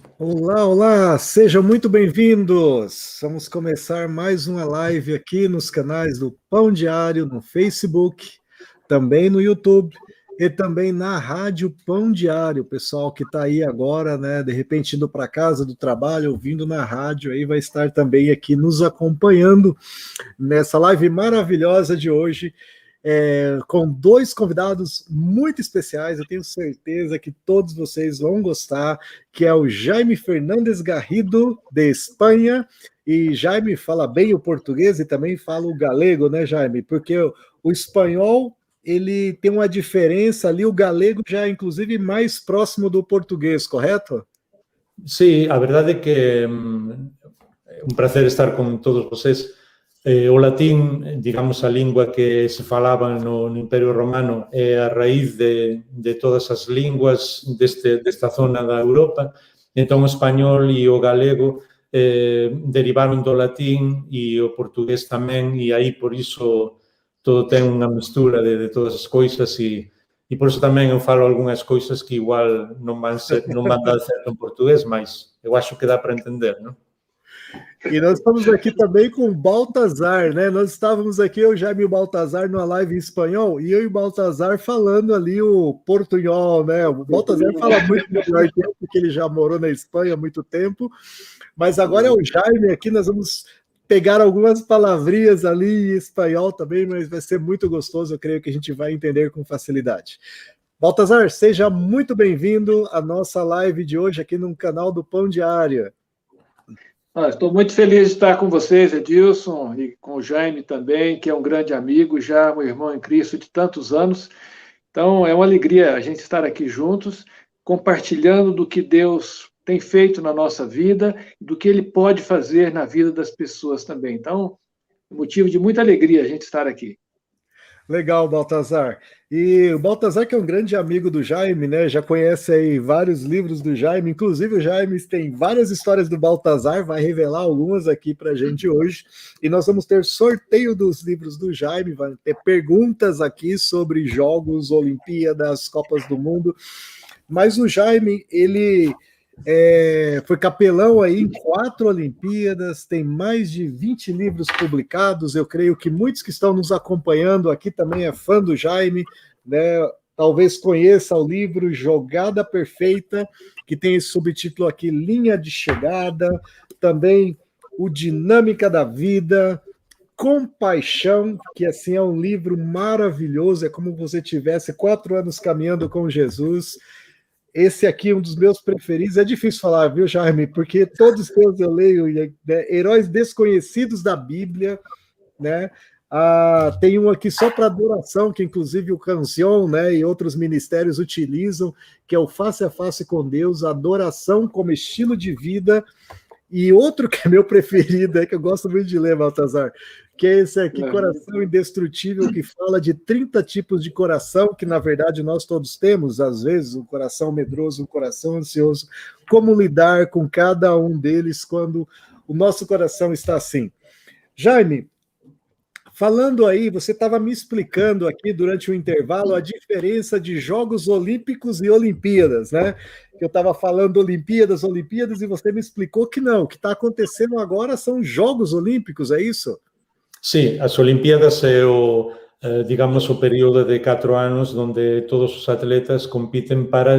Olá, olá, sejam muito bem-vindos. Vamos começar mais uma live aqui nos canais do Pão Diário, no Facebook, também no YouTube e também na Rádio Pão Diário. O pessoal que está aí agora, né, de repente indo para casa do trabalho, ouvindo na rádio, aí vai estar também aqui nos acompanhando nessa live maravilhosa de hoje. Com dois convidados muito especiais, eu tenho certeza que todos vocês vão gostar, que é o Jaime Fernandes Garrido, de Espanha, e Jaime fala bem o português e também fala o galego, né, Jaime? Porque o espanhol, ele tem uma diferença ali, o galego já é inclusive mais próximo do português, correto? Sí, a verdade é que é un prazer estar con todos vocês. O latín, digamos, a lingua que se falaba no Imperio Romano é a raíz de todas as linguas desta zona da Europa. Entón, o español e o galego derivaron do latín e o portugués tamén, e aí, por iso, todo ten unha mistura de todas as coisas e por iso tamén eu falo algunhas coisas que igual non van dar certo en portugués, mas eu acho que dá para entender, non? E nós estamos aqui também com o Baltazar, né? Nós estávamos aqui, eu, Jaime e o Baltazar, numa live em espanhol, e eu e o Baltazar falando ali o portunhol, né? O Baltazar fala muito melhor que eu, porque ele já morou na Espanha há muito tempo, mas agora é o Jaime aqui, nós vamos pegar algumas palavrinhas ali em espanhol também, mas vai ser muito gostoso, eu creio que a gente vai entender com facilidade. Baltazar, seja muito bem-vindo à nossa live de hoje aqui no canal do Pão Diário. Estou muito feliz de estar com vocês, Edilson, e com o Jaime também, que é um grande amigo, já um irmão em Cristo de tantos anos. Então, é uma alegria a gente estar aqui juntos, compartilhando do que Deus tem feito na nossa vida e do que Ele pode fazer na vida das pessoas também. Então, é motivo de muita alegria a gente estar aqui. Legal, Baltazar. E o Baltazar, que é um grande amigo do Jaime, né? Já conhece aí vários livros do Jaime, inclusive o Jaime tem várias histórias do Baltazar, vai revelar algumas aqui para a gente hoje. E nós vamos ter sorteio dos livros do Jaime, vai ter perguntas aqui sobre jogos, Olimpíadas, Copas do Mundo. Mas o Jaime, ele foi capelão aí em 4 Olimpíadas, tem mais de 20 livros publicados. Eu creio que muitos que estão nos acompanhando aqui também é fã do Jaime, né? Talvez conheça o livro Jogada Perfeita, que tem esse subtítulo aqui, Linha de Chegada, também o Dinâmica da Vida, Compaixão, que assim é um livro maravilhoso, é como você tivesse 4 anos caminhando com Jesus. Esse aqui é um dos meus preferidos. É difícil falar, viu, Jaime? Porque todos os teus eu leio, né? Heróis Desconhecidos da Bíblia, né? Tem um aqui só para adoração, que inclusive o Cancion, né, e outros ministérios utilizam, que é o Face a Face com Deus, adoração como estilo de vida. E outro que é meu preferido, que eu gosto muito de ler, Baltazar, que é esse aqui, Coração Indestrutível, que fala de 30 tipos de coração, que na verdade nós todos temos, às vezes, um coração medroso, um coração ansioso, como lidar com cada um deles quando o nosso coração está assim. Jaime, falando aí, você estava me explicando aqui durante o intervalo a diferença de Jogos Olímpicos e Olimpíadas, né? Eu estava falando Olimpíadas, e você me explicou que não, o que está acontecendo agora são Jogos Olímpicos, é isso? Sí, as Olimpíadas é digamos, o período de 4 anos onde todos os atletas compiten para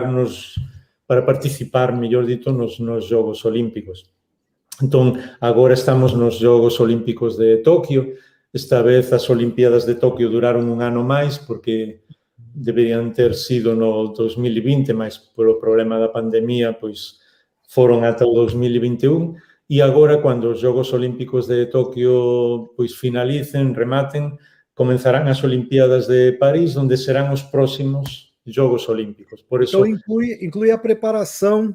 para participar, mellor dito, nos Jogos Olímpicos. Entón, agora estamos nos Jogos Olímpicos de Tokio. Esta vez as Olimpíadas de Tokio duraron un ano máis porque deberían ter sido no 2020, mas polo problema da pandemia, pois foron ata o 2021. E agora, cando os Jogos Olímpicos de Tokio pois finalicen, rematen, comenzarán as Olimpíadas de París, onde serán os próximos Jogos Olímpicos. Por isso, então inclui a preparação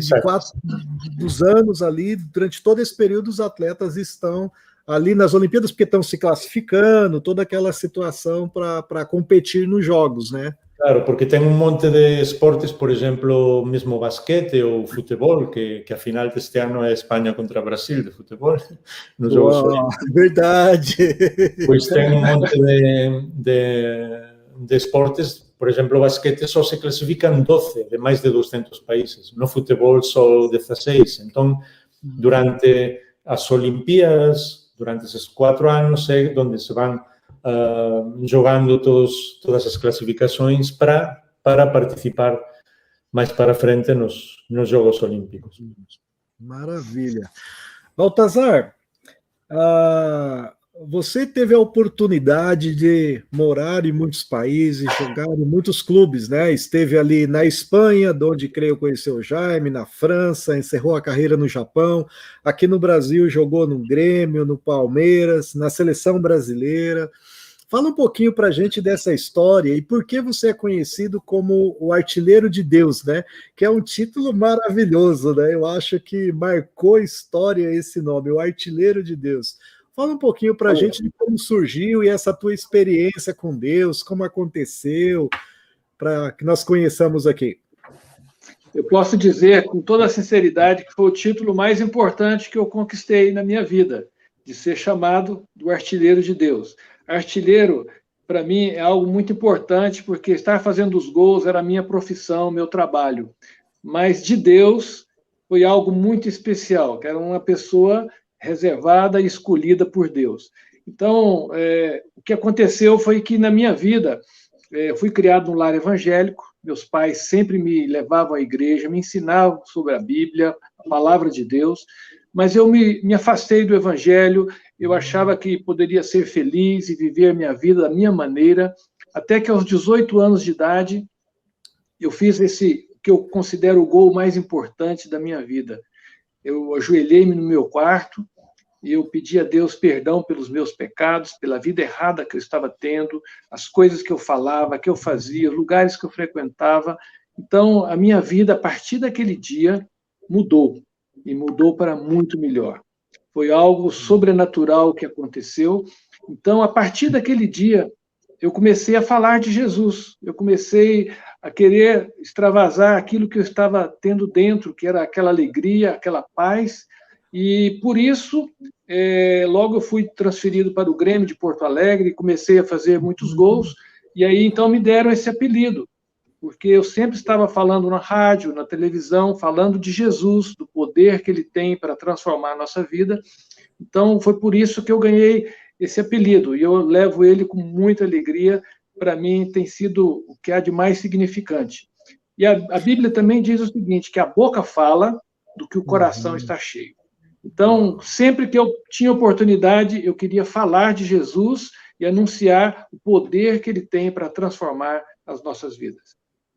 dos anos ali, durante todo esse período os atletas estão ali nas Olimpíadas, porque estão se classificando, toda aquela situação para competir nos Jogos, né? Claro, porque ten un monte de esportes, por exemplo, mesmo basquete ou futebol, que a final deste ano é España contra Brasil de futebol. Nos Jogos Olímpicos. Verdade! Pois ten un monte de esportes por exemplo, o basquete só se classificam 12 de mais de 200 países, no futebol só 16. Então, durante as Olimpíadas, durante esses 4 anos, é onde se vão jogando todas as classificações para participar mais para frente nos Jogos Olímpicos. Maravilha. Baltazar, você teve a oportunidade de morar em muitos países, jogar em muitos clubes, né? Esteve ali na Espanha, de onde creio conheceu o Jaime, na França, encerrou a carreira no Japão, aqui no Brasil jogou no Grêmio, no Palmeiras, na seleção brasileira. Fala um pouquinho para a gente dessa história e por que você é conhecido como o Artilheiro de Deus, né? Que é um título maravilhoso, né? Eu acho que marcou história esse nome, o Artilheiro de Deus. Fala um pouquinho para a gente de como surgiu e essa tua experiência com Deus, como aconteceu, para que nós conheçamos aqui. Eu posso dizer com toda a sinceridade que foi o título mais importante que eu conquistei na minha vida, de ser chamado do Artilheiro de Deus. Artilheiro, para mim, é algo muito importante, porque estar fazendo os gols era a minha profissão, meu trabalho. Mas de Deus foi algo muito especial, que era uma pessoa reservada e escolhida por Deus. Então, o que aconteceu foi que na minha vida, eu fui criado num lar evangélico, meus pais sempre me levavam à igreja, me ensinavam sobre a Bíblia, a palavra de Deus, mas eu me afastei do evangelho, eu achava que poderia ser feliz e viver a minha vida da minha maneira, até que aos 18 anos de idade, eu fiz esse, que eu considero o gol mais importante da minha vida. Eu ajoelhei-me no meu quarto e eu pedi a Deus perdão pelos meus pecados, pela vida errada que eu estava tendo, as coisas que eu falava, que eu fazia, lugares que eu frequentava. Então, a minha vida, a partir daquele dia, mudou, e mudou para muito melhor. Foi algo sobrenatural que aconteceu. Então, a partir daquele dia, eu comecei a falar de Jesus, eu comecei a querer extravasar aquilo que eu estava tendo dentro, que era aquela alegria, aquela paz, e por isso, logo eu fui transferido para o Grêmio de Porto Alegre, e comecei a fazer muitos gols, e aí então me deram esse apelido, porque eu sempre estava falando na rádio, na televisão, falando de Jesus, do poder que ele tem para transformar a nossa vida. Então, foi por isso que eu ganhei esse apelido, e eu levo ele com muita alegria. Para mim, tem sido o que há de mais significante. E a Bíblia também diz o seguinte, que a boca fala do que o coração está cheio. Então, sempre que eu tinha oportunidade, eu queria falar de Jesus e anunciar o poder que ele tem para transformar as nossas vidas.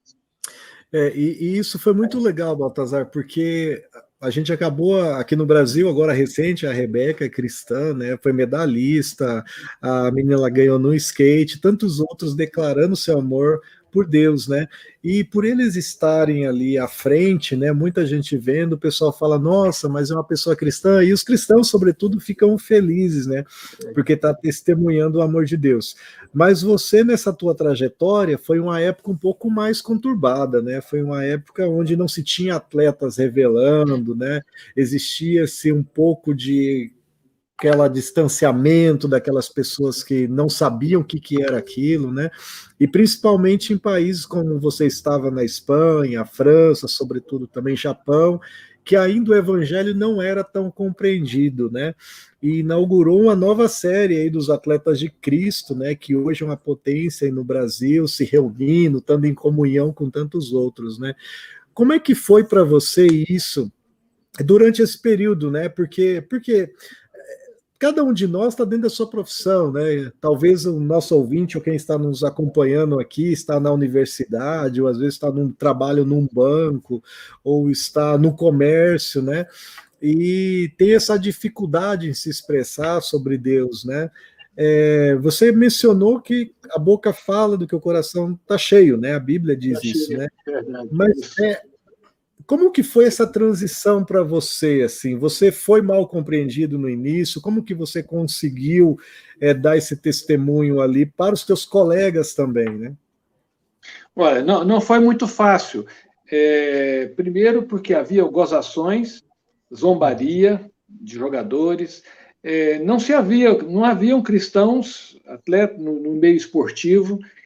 E isso foi muito legal, Baltazar, porque a gente acabou aqui no Brasil, agora recente, a Rebeca é cristã, né? Foi medalhista, a menina ela ganhou no skate, tantos outros declarando seu amor por Deus, né? E por eles estarem ali à frente, né? Muita gente vendo, o pessoal fala, nossa, mas é uma pessoa cristã, e os cristãos, sobretudo, ficam felizes, né? Porque está testemunhando o amor de Deus. Mas você, nessa tua trajetória, foi uma época um pouco mais conturbada, né? Foi uma época onde não se tinha atletas revelando, né? Existia-se um pouco de aquele distanciamento daquelas pessoas que não sabiam o que era aquilo, né? E principalmente em países como você estava na Espanha, França, sobretudo também Japão, que ainda o evangelho não era tão compreendido, né? E inaugurou uma nova série aí dos atletas de Cristo, né? Que hoje é uma potência aí no Brasil, se reunindo, estando em comunhão com tantos outros, né? Como é que foi para você isso durante esse período, né? Porque cada um de nós está dentro da sua profissão, né? Talvez o nosso ouvinte ou quem está nos acompanhando aqui está na universidade, ou às vezes está num trabalho num banco, ou está no comércio, né? E tem essa dificuldade em se expressar sobre Deus, né? Você mencionou que a boca fala do que o coração está cheio, né? A Bíblia diz isso, né? Verdade. Mas como que foi essa transição para você? Assim, você foi mal compreendido no início? Como que você conseguiu dar esse testemunho ali para os teus colegas também, né? Olha, não foi muito fácil. Primeiro porque havia gozações, zombaria de jogadores. Não haviam cristãos atletas no meio esportivo.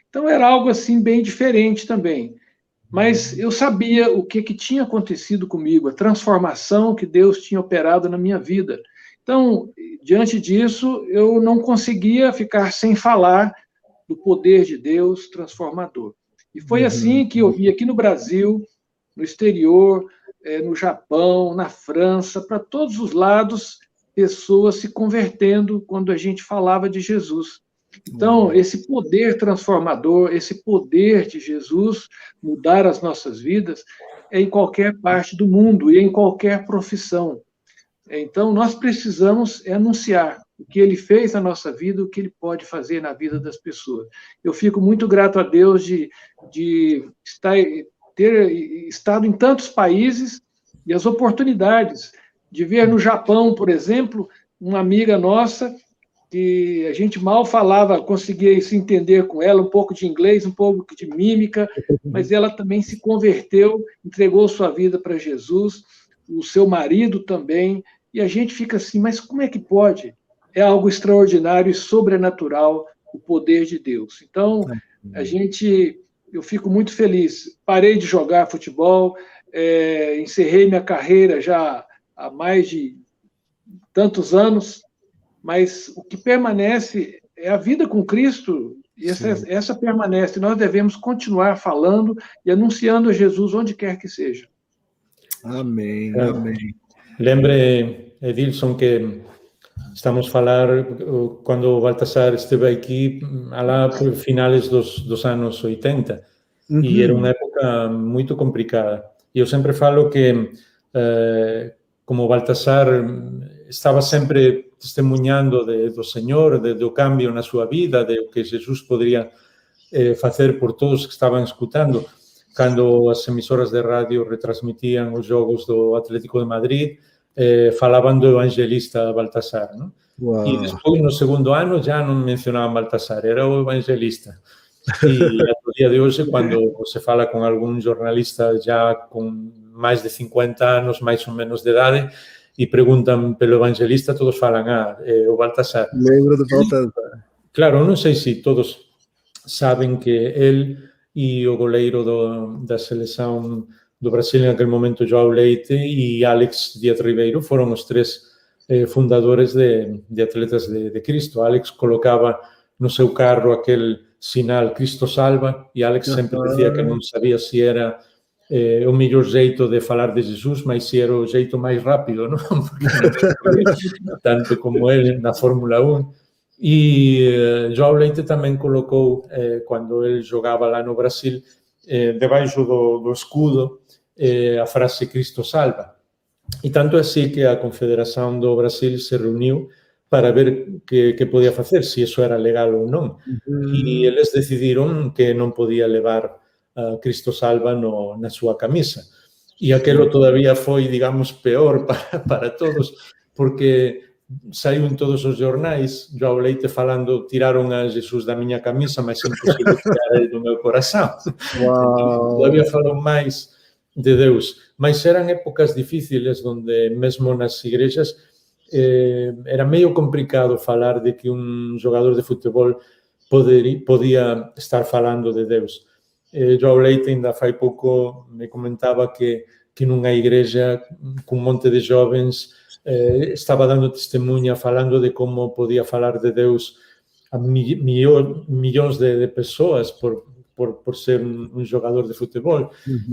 Então era algo assim bem diferente também. Mas eu sabia o que tinha acontecido comigo, a transformação que Deus tinha operado na minha vida. Então, diante disso, eu não conseguia ficar sem falar do poder de Deus transformador. E foi assim que eu vi aqui no Brasil, no exterior, no Japão, na França, para todos os lados, pessoas se convertendo quando a gente falava de Jesus. Então, esse poder transformador, esse poder de Jesus mudar as nossas vidas, é em qualquer parte do mundo e em qualquer profissão. Então, nós precisamos anunciar o que ele fez na nossa vida, o que ele pode fazer na vida das pessoas. Eu fico muito grato a Deus de ter estado em tantos países e as oportunidades de ver no Japão, por exemplo, uma amiga nossa que a gente mal falava, conseguia se entender com ela, um pouco de inglês, um pouco de mímica, mas ela também se converteu, entregou sua vida para Jesus, o seu marido também, e a gente fica assim, mas como é que pode? É algo extraordinário e sobrenatural o poder de Deus. Então, eu fico muito feliz. Parei de jogar futebol, encerrei minha carreira já há mais de tantos anos, mas o que permanece é a vida com Cristo, e essa permanece. Nós devemos continuar falando e anunciando a Jesus onde quer que seja. Amém, amém. Lembre, Edilson, que estamos a falar quando o Baltasar esteve aqui, lá por finales dos anos 80, e era uma época muito complicada. E eu sempre falo que, como o Baltasar estava sempre testemunhando do Senhor, do cambio na sua vida, de o que Jesus poderia fazer por todos que estavam escutando. Quando as emissoras de rádio retransmitiam os jogos do Atlético de Madrid, falavam do evangelista Baltasar, não? E depois, no segundo ano, já não mencionavam Baltasar, era o evangelista. E até o dia de hoje, quando você fala com algum jornalista já com mais de 50 anos, mais ou menos de idade, e perguntam pelo evangelista, todos falam, o Baltasar. Lembro do Baltasar. Claro, não sei se todos sabem que ele e o goleiro da seleção do Brasil naquele momento, João Leite, e Alex Díaz Ribeiro, foram os três fundadores de Atletas de Cristo. Alex colocava no seu carro aquele sinal Cristo salva, e Alex sempre dizia que não sabia se era o melhor jeito de falar de Jesus, mas se era o jeito mais rápido, não? Tanto como ele na Fórmula 1. E João Leite também colocou, quando ele jogava lá no Brasil, debaixo do escudo, a frase Cristo salva. E tanto é assim que a Confederação do Brasil se reuniu para ver o que podia fazer, se isso era legal ou não. E eles decidiram que não podia levar Cristo salva na sua camisa. E aquilo todavía foi, digamos, peor para todos, porque saiu em todos os jornais, João Leite falando, tiraron a Jesus da miña camisa, mas é imposible tirar ele do meu corazón. Todavía falou máis de Deus. Mas eran épocas difíciles, onde mesmo nas igrexas era meio complicado falar de que un jogador de futebol podía estar falando de Deus. João Leite ainda fai pouco me comentaba que nunha igrexa cun monte de jovens estaba dando testemunha falando de como podía falar de Deus a millóns de persoas por ser un jogador de futebol.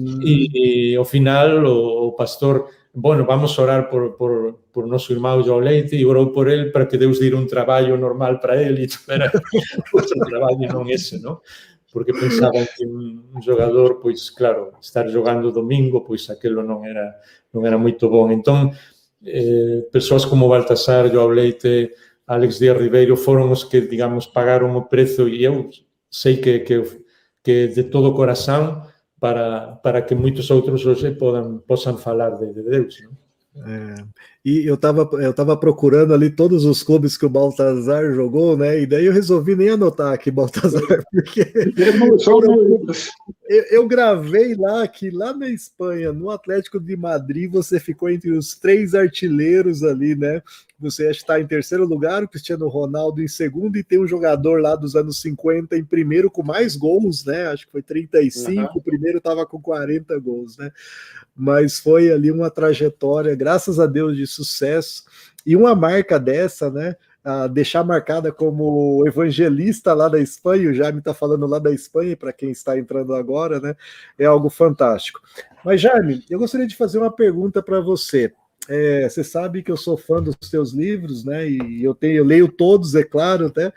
E ao final o pastor, bueno, vamos orar por noso irmão João Leite, e orou por ele para que Deus dira un traballo normal para ele, e era outro traballo non ese, non? Porque pensaban que un jogador, pois, claro, estar jogando domingo, pois aquilo non era moito bon. Entón, persoas como Baltasar, João Leite, Alex Díaz Ribeiro foron os que, digamos, pagaron o prezo, e eu sei que de todo o corazón para que moitos outros hoxe posan falar de Deus, non? e eu tava procurando ali todos os clubes que o Baltazar jogou, né? E daí eu resolvi nem anotar aqui Baltazar, porque São muitos. eu gravei lá que lá na Espanha, no Atlético de Madrid, você ficou entre os 3 artilheiros ali, né? Você está em terceiro lugar, o Cristiano Ronaldo em segundo, e tem um jogador lá dos anos 50 em primeiro com mais gols, né? Acho que foi 35, o primeiro estava com 40 gols, né? Mas foi ali uma trajetória, graças a Deus, de sucesso. E uma marca dessa, né? Deixar marcada como evangelista lá da Espanha, o Jaime está falando lá da Espanha, para quem está entrando agora, né? É algo fantástico. Mas, Jaime, eu gostaria de fazer uma pergunta para você. Você sabe que eu sou fã dos teus livros, né? E eu leio todos, é claro, né?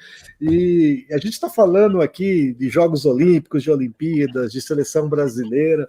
E a gente está falando aqui de Jogos Olímpicos, de Olimpíadas, de seleção brasileira,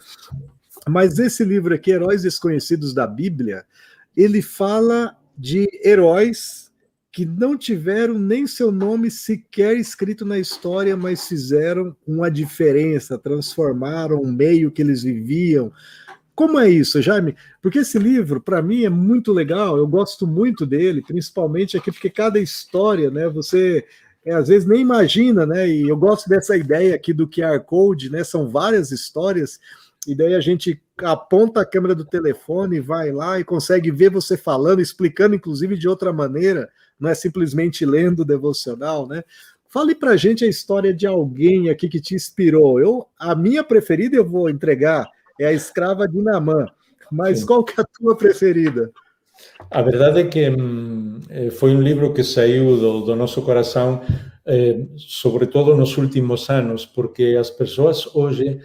mas esse livro aqui, Heróis Desconhecidos da Bíblia, ele fala de heróis que não tiveram nem seu nome sequer escrito na história, mas fizeram uma diferença, transformaram o meio que eles viviam. Como é isso, Jaime? Porque esse livro, para mim, é muito legal, eu gosto muito dele, principalmente aqui, porque cada história, né, você às vezes nem imagina, né, e eu gosto dessa ideia aqui do QR Code, né, são várias histórias, e daí a gente aponta a câmera do telefone, vai lá e consegue ver você falando, explicando, inclusive, de outra maneira, não é simplesmente lendo o devocional, né? Fale pra gente a história de alguém aqui que te inspirou. A minha preferida eu vou entregar, é a escrava de Naamã. Mas qual que é a tua preferida? A verdade é que foi um livro que saiu do nosso coração, sobretudo nos últimos anos, porque as pessoas hoje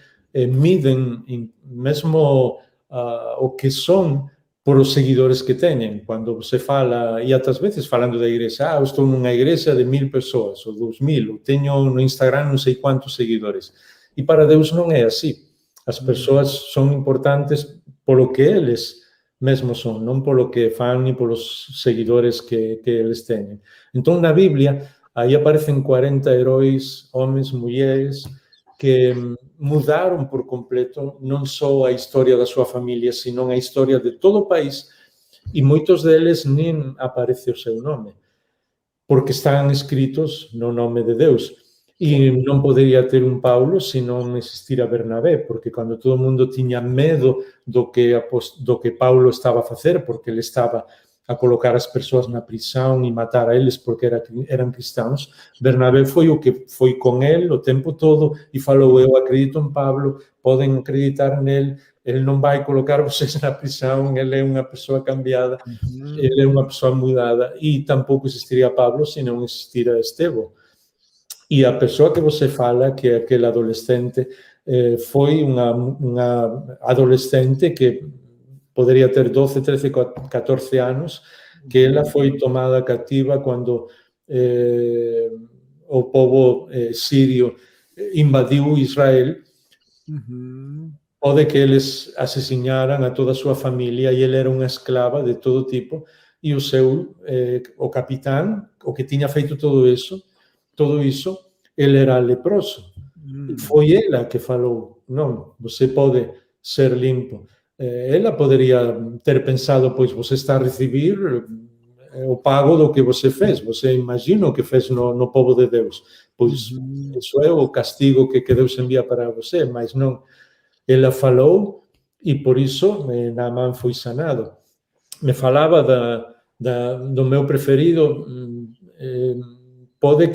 midem mesmo o que são por os seguidores que têm. Quando você fala, e outras vezes falando da igreja, eu estou numa igreja de 1000 pessoas, ou 2000, eu tenho no Instagram não sei quantos seguidores. E para Deus não é assim. As pessoas são importantes pelo que eles mesmos são, não pelo que fazem nem pelos seguidores que eles têm. Então, na Bíblia, aí aparecem 40 heróis, homens, mulheres, que mudaram por completo não só a história da sua família, sino a história de todo o país, e muitos deles nem aparece o seu nome, porque estão escritos no nome de Deus. E não poderia ter um Paulo se não existira Bernabé, porque quando todo mundo tinha medo do que Paulo estava a fazer, porque ele estava a colocar as pessoas na prisão e matar a eles porque eram cristãos, Bernabé foi o que foi com ele o tempo todo e falou: eu acredito em Pablo, podem acreditar nele, ele não vai colocar vocês na prisão, ele é uma pessoa cambiada, ele é uma pessoa mudada. E tampouco existiria Pablo se não existira Estevão. E a pessoa que você fala, que é aquele adolescente, foi uma adolescente que poderia ter 12, 13, 14 anos, que ela foi tomada cativa quando o povo sírio invadiu Israel. Pode que eles assassinaram a toda a sua família e ele era uma escrava de todo tipo, e o capitão, o que tinha feito tudo isso, ele era leproso. Foi ela que falou: não, você pode ser limpo. Ela poderia ter pensado: pois você está a receber o pago do que você fez, você imagina o que fez no povo de Deus, pois isso é o castigo que Deus envia para você, mas não. Ela falou e por isso Naamã foi sanado. Me falava do meu preferido, pode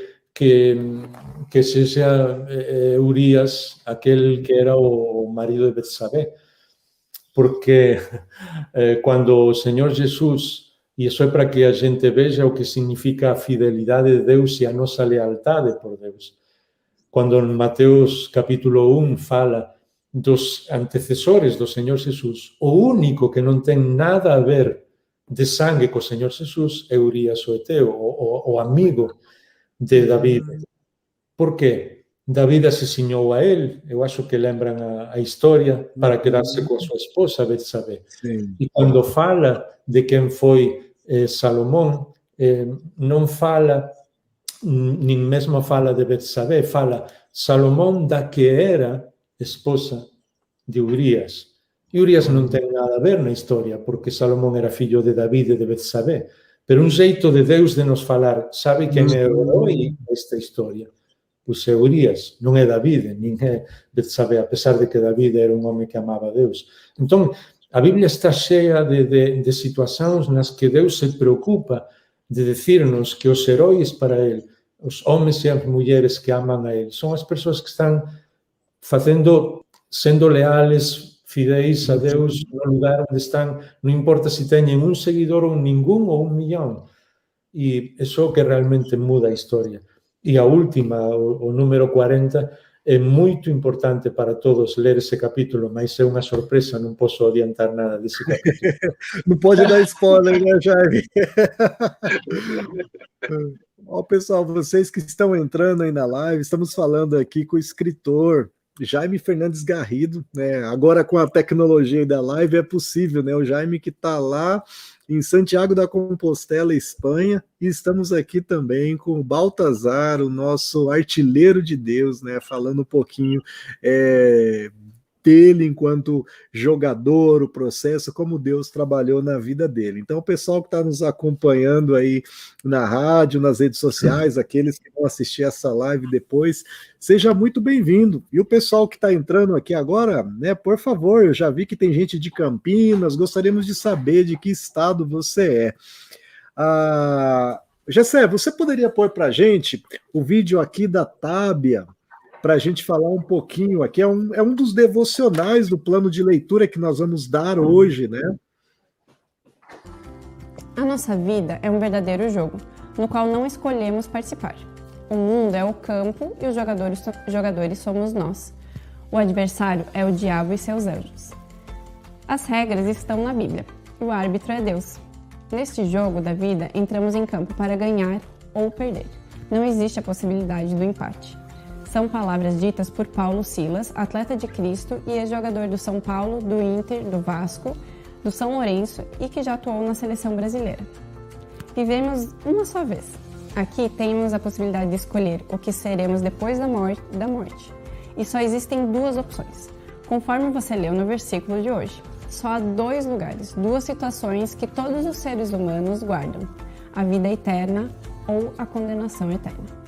que seja Urias, aquele que era o marido de Betsabé, porque quando o Senhor Jesus, e isso é para que a gente veja o que significa a fidelidade de Deus e a nossa lealdade por Deus, quando em Mateus capítulo 1 fala dos antecessores do Senhor Jesus, o único que não tem nada a ver de sangue com o Senhor Jesus é Urias o Eteu, o amigo de David. Por quê? David assassinou a ele, eu acho que lembram a história, para quedar-se com sua esposa, Betsabé. E quando fala de quem foi Salomão, não fala, nem mesmo fala de Betsabé, fala Salomão da que era esposa de Urias. E Urias non ten nada a ver na historia, porque Salomón era fillo de David e de Betsabé, pero un xeito de Deus de nos falar, sabe quen é o herói desta historia? Pois é Urias, non é David, nin é Betsabé, a pesar de que David era un home que amaba a Deus. Entón, a Biblia está chea de situacións nas que Deus se preocupa de decirnos que os heróis para Él, os homens e as mulleres que aman a Él, son as persoas que están sendo leales, fideis a Deus no lugar onde están, non importa se teñen un seguidor ou ningún ou 1 millón. E iso que realmente muda a historia. E a última, o número 40, é moito importante para todos ler ese capítulo, mas é unha sorpresa, non posso adiantar nada desse capítulo. Não pode dar spoiler, né, Jaime? Ó, pessoal, vocês que estão entrando aí na live, estamos falando aqui com o escritor Jaime Fernandes Garrido, né? Agora com a tecnologia da live é possível, né? O Jaime que está lá em Santiago da Compostela, Espanha, e estamos aqui também com o Baltazar, o nosso artilheiro de Deus, né? Falando um pouquinho dele enquanto jogador, o processo, como Deus trabalhou na vida dele. Então, o pessoal que está nos acompanhando aí na rádio, nas redes sociais, aqueles que vão assistir essa live depois, seja muito bem-vindo. E o pessoal que está entrando aqui agora, né, por favor, eu já vi que tem gente de Campinas, gostaríamos de saber de que estado você é. Gessé, você poderia pôr para a gente o vídeo aqui da Tábia, para a gente falar um pouquinho aqui, é um dos devocionais do plano de leitura que nós vamos dar hoje, né? A nossa vida é um verdadeiro jogo, no qual não escolhemos participar. O mundo é o campo e os jogadores somos nós. O adversário é o diabo e seus anjos. As regras estão na Bíblia, e o árbitro é Deus. Neste jogo da vida, entramos em campo para ganhar ou perder. Não existe a possibilidade do empate. São palavras ditas por Paulo Silas, atleta de Cristo e ex-jogador do São Paulo, do Inter, do Vasco, do São Lourenço e que já atuou na seleção brasileira. Vivemos uma só vez. Aqui temos a possibilidade de escolher o que seremos depois da morte. E só existem 2 opções. Conforme você leu no versículo de hoje, só há 2 lugares, 2 situações que todos os seres humanos guardam: a vida eterna ou a condenação eterna.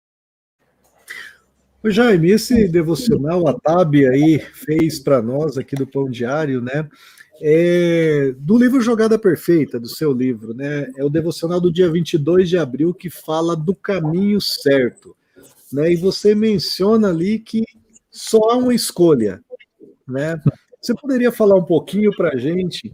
Jaime, esse devocional, a Tábia aí fez para nós aqui do Pão Diário, né? Do livro Jogada Perfeita, do seu livro, né? É o devocional do dia 22 de abril que fala do caminho certo, né? E você menciona ali que só há uma escolha, né? Você poderia falar um pouquinho para a gente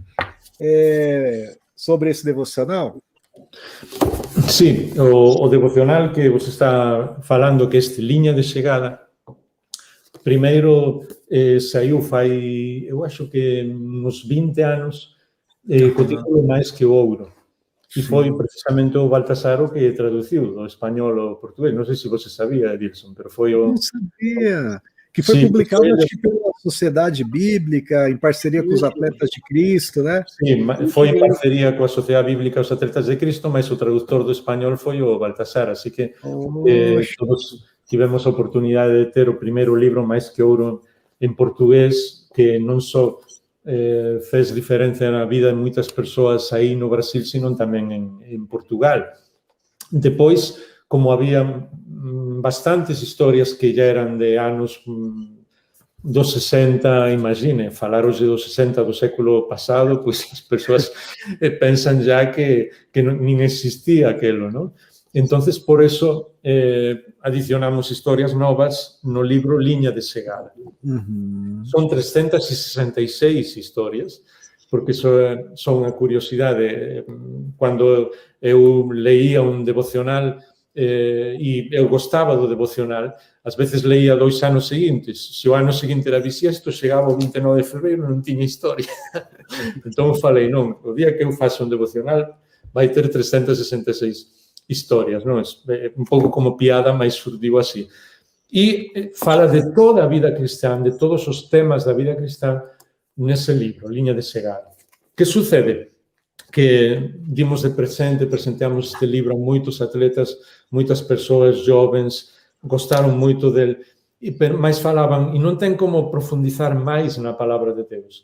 sobre esse devocional? Sí, o devocional que vos está falando, que este Liña de Chegada, primeiro saiu fai, eu acho que uns 20 anos, co título Máis que o Ouro. E foi precisamente o Baltasar o que traduciu do español ao portugués. Non sei se você sabía, Edilson, pero foi o... Não sabia. Que foi publicado, acho que pela Sociedade Bíblica, em parceria com os Atletas de Cristo, né? Sim, foi em parceria com a Sociedade Bíblica e os Atletas de Cristo, mas o tradutor do espanhol foi o Baltasar, así que todos tivemos a oportunidade de ter o primeiro livro Máis que Ouro em português, que non só fez diferença na vida de muitas persoas aí no Brasil, sino tamén en Portugal. Depois, como había bastantes historias que já eran de anos dos 60, imagine, falar hoxe dos 60 do século pasado, pois as persoas pensan já que nin existía aquelo, non? Entonces, por eso, adicionamos historias novas no libro Liña de Chegada. Son 366 historias, porque son a curiosidade. Cando eu leía un devocional e eu gostaba do devocional, ás veces leía 2 anos seguintes. Se o ano seguinte era bisiesto, chegaba o 29 de febreiro, non tiña historia. Entón falei, non, o día que eu faço un devocional vai ter 366 historias, non? É un pouco como piada, mas surdiu así. E fala de toda a vida cristá, de todos os temas da vida cristá nese libro, Liña de Chegada. Que sucede? Que dimos de presenteamos este libro a moitos atletas, moitas persoas jovens, gostaron moito del, mas falaban, e non ten como profundizar máis na palabra de Deus.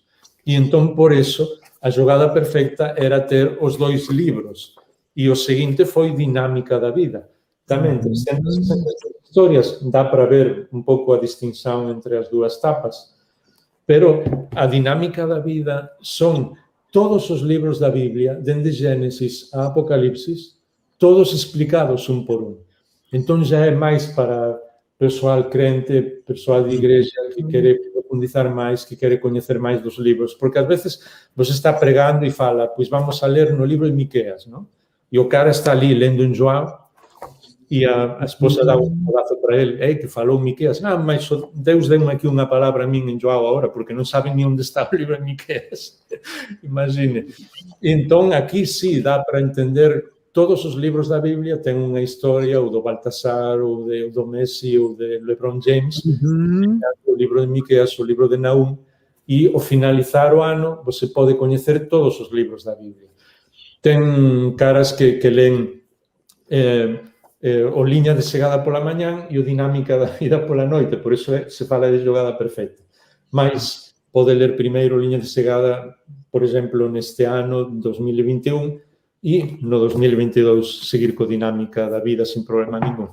E então, por isso, a jogada perfeita era ter os 2 livros. E o seguinte foi Dinâmica da Vida. Também, 360 histórias, dá para ver um pouco a distinção entre as 2 tapas. Pero a Dinâmica da Vida são todos os livros da Bíblia, desde Gênesis a Apocalipse, todos explicados um por um. Então já é mais para pessoal crente, pessoal de igreja que quer profundizar mais, que quer conhecer mais dos livros, porque às vezes você está pregando e fala, pois vamos a ler no livro de Miqueias, não? E o cara está ali lendo em João e a esposa dá um abraço para ele, que falou Miqueias, mas Deus deu-me aqui uma palavra a mim em João agora, porque não sabe nem onde está o livro de Miqueias. Imagine. Então aqui sim dá para entender. Todos os livros da Bíblia têm uma história, o do Baltasar, o do Messi, o de LeBron James, o livro de Miqueias, o livro de Naum, e ao finalizar o ano você pode conhecer todos os livros da Bíblia. Tem caras que leem o Linha de Chegada pela manhã e o Dinâmica da Vida pela noite, por isso se fala de jogada perfeita. Mas pode ler primeiro Linha de Chegada, por exemplo, neste ano, 2021, e no 2022 seguir com a Dinâmica da Vida sem problema nenhum.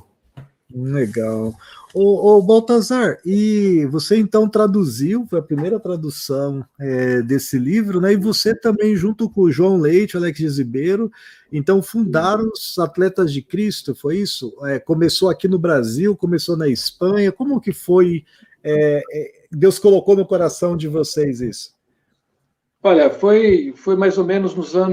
Legal. Ô Baltazar, e você então traduziu, foi a primeira tradução desse livro, né? E você também, junto com o João Leite, Alex Gizibeiro, então fundaram os Atletas de Cristo, foi isso? Começou aqui no Brasil, começou na Espanha, como que foi? Deus colocou no coração de vocês isso? Olha, foi mais ou menos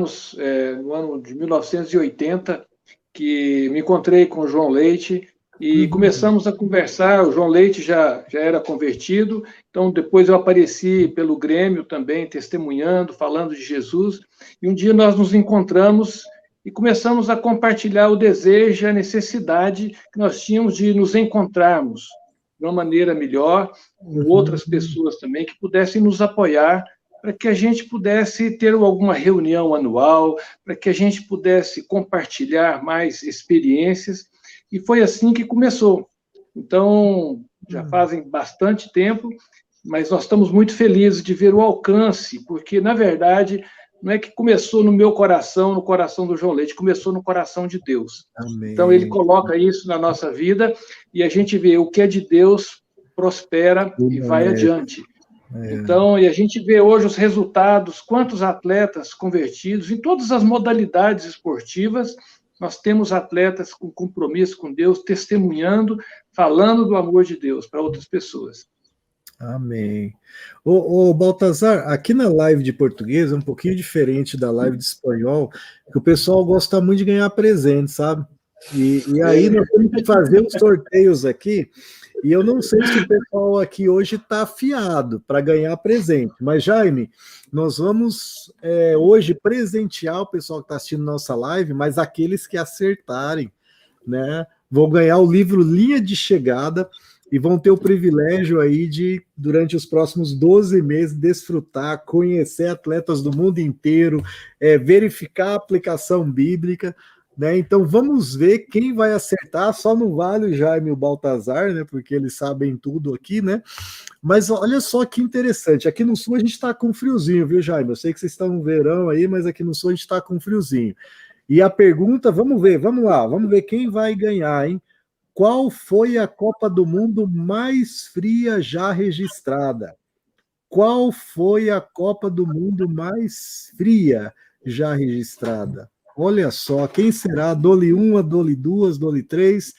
no ano de 1980 que me encontrei com o João Leite e começamos a conversar. O João Leite já era convertido, então depois eu apareci pelo Grêmio também, testemunhando, falando de Jesus. E um dia nós nos encontramos e começamos a compartilhar o desejo e a necessidade que nós tínhamos de nos encontrarmos de uma maneira melhor, com outras pessoas também que pudessem nos apoiar, para que a gente pudesse ter alguma reunião anual, para que a gente pudesse compartilhar mais experiências, e foi assim que começou. Então, já fazem bastante tempo, mas nós estamos muito felizes de ver o alcance, porque, na verdade, não é que começou no meu coração, no coração do João Leite, começou no coração de Deus. Amém. Então, ele coloca isso na nossa vida, e a gente vê o que é de Deus prospera e vai adiante. Então, e a gente vê hoje os resultados, quantos atletas convertidos, em todas as modalidades esportivas, nós temos atletas com compromisso com Deus, testemunhando, falando do amor de Deus para outras pessoas. Amém. Ô Baltazar, aqui na live de português é um pouquinho diferente da live de espanhol, que o pessoal gosta muito de ganhar presente, sabe? E aí nós temos que fazer os sorteios aqui, e eu não sei se o pessoal aqui hoje está afiado para ganhar presente, mas Jaime, nós vamos hoje presentear o pessoal que está assistindo nossa live, mas aqueles que acertarem, né, vão ganhar o livro Linha de Chegada e vão ter o privilégio aí de, durante os próximos 12 meses, desfrutar, conhecer atletas do mundo inteiro, verificar a aplicação bíblica, né? Então vamos ver quem vai acertar. Só não vale o Jaime e o Baltazar, né? Porque eles sabem tudo aqui, né? Mas olha só que interessante. Aqui no sul a gente está com friozinho, viu, Jaime? Eu sei que vocês estão no verão aí, mas aqui no sul a gente está com friozinho. E a pergunta, vamos lá, vamos ver quem vai ganhar, hein? Qual foi a Copa do Mundo mais fria já registrada? Qual foi a Copa do Mundo mais fria já registrada? Olha só, quem será? Dole 1, Dole 2, Dole 3.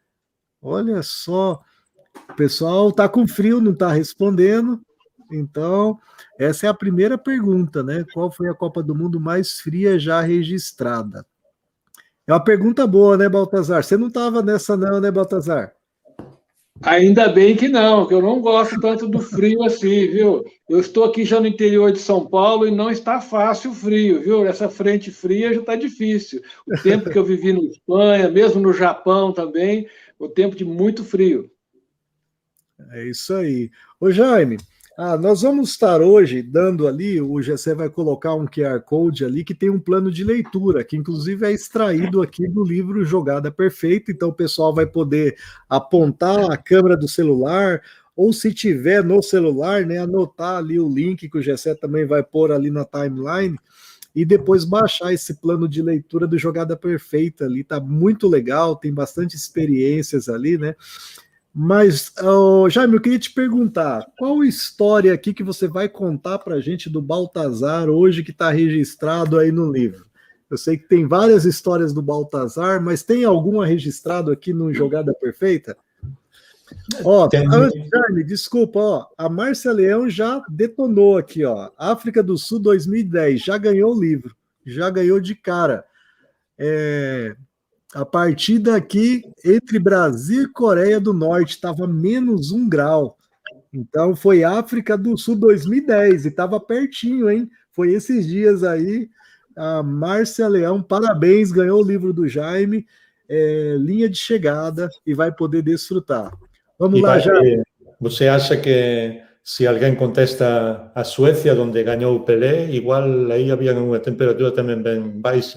Olha só, o pessoal está com frio, não está respondendo. Então, essa é a primeira pergunta, né? Qual foi a Copa do Mundo mais fria já registrada? É uma pergunta boa, né, Baltazar? Você não estava nessa não, né, Baltazar? Ainda bem que não, que eu não gosto tanto do frio assim, viu? Eu estou aqui já no interior de São Paulo e não está fácil o frio, viu? Essa frente fria já está difícil. O tempo que eu vivi na Espanha, mesmo no Japão também, o tempo de muito frio. É isso aí. Ô, Jaime, nós vamos estar hoje dando ali, o GC vai colocar um QR Code ali que tem um plano de leitura, que inclusive é extraído aqui do livro Jogada Perfeita, então o pessoal vai poder apontar a câmera do celular, ou se tiver no celular, né, anotar ali o link que o Gessé também vai pôr ali na timeline, e depois baixar esse plano de leitura do Jogada Perfeita ali, tá muito legal, tem bastante experiências ali, né? Mas, Jaime, eu queria te perguntar, qual história aqui que você vai contar pra gente do Baltazar hoje que está registrado aí no livro? Eu sei que tem várias histórias do Baltazar, mas tem alguma registrado aqui no Jogada Perfeita? Ó, Jaime, desculpa, ó, a Márcia Leão já detonou aqui, ó. África do Sul 2010, já ganhou o livro, já ganhou de cara. A partida aqui entre Brasil e Coreia do Norte estava -1 grau. Então foi África do Sul 2010 e estava pertinho, hein? Foi esses dias aí. A Márcia Leão, parabéns, ganhou o livro do Jaime, linha de chegada, e vai poder desfrutar. Vamos lá, Jaime. Você acha que se alguém contesta a Suécia, onde ganhou o Pelé, igual aí havia uma temperatura também bem baixa?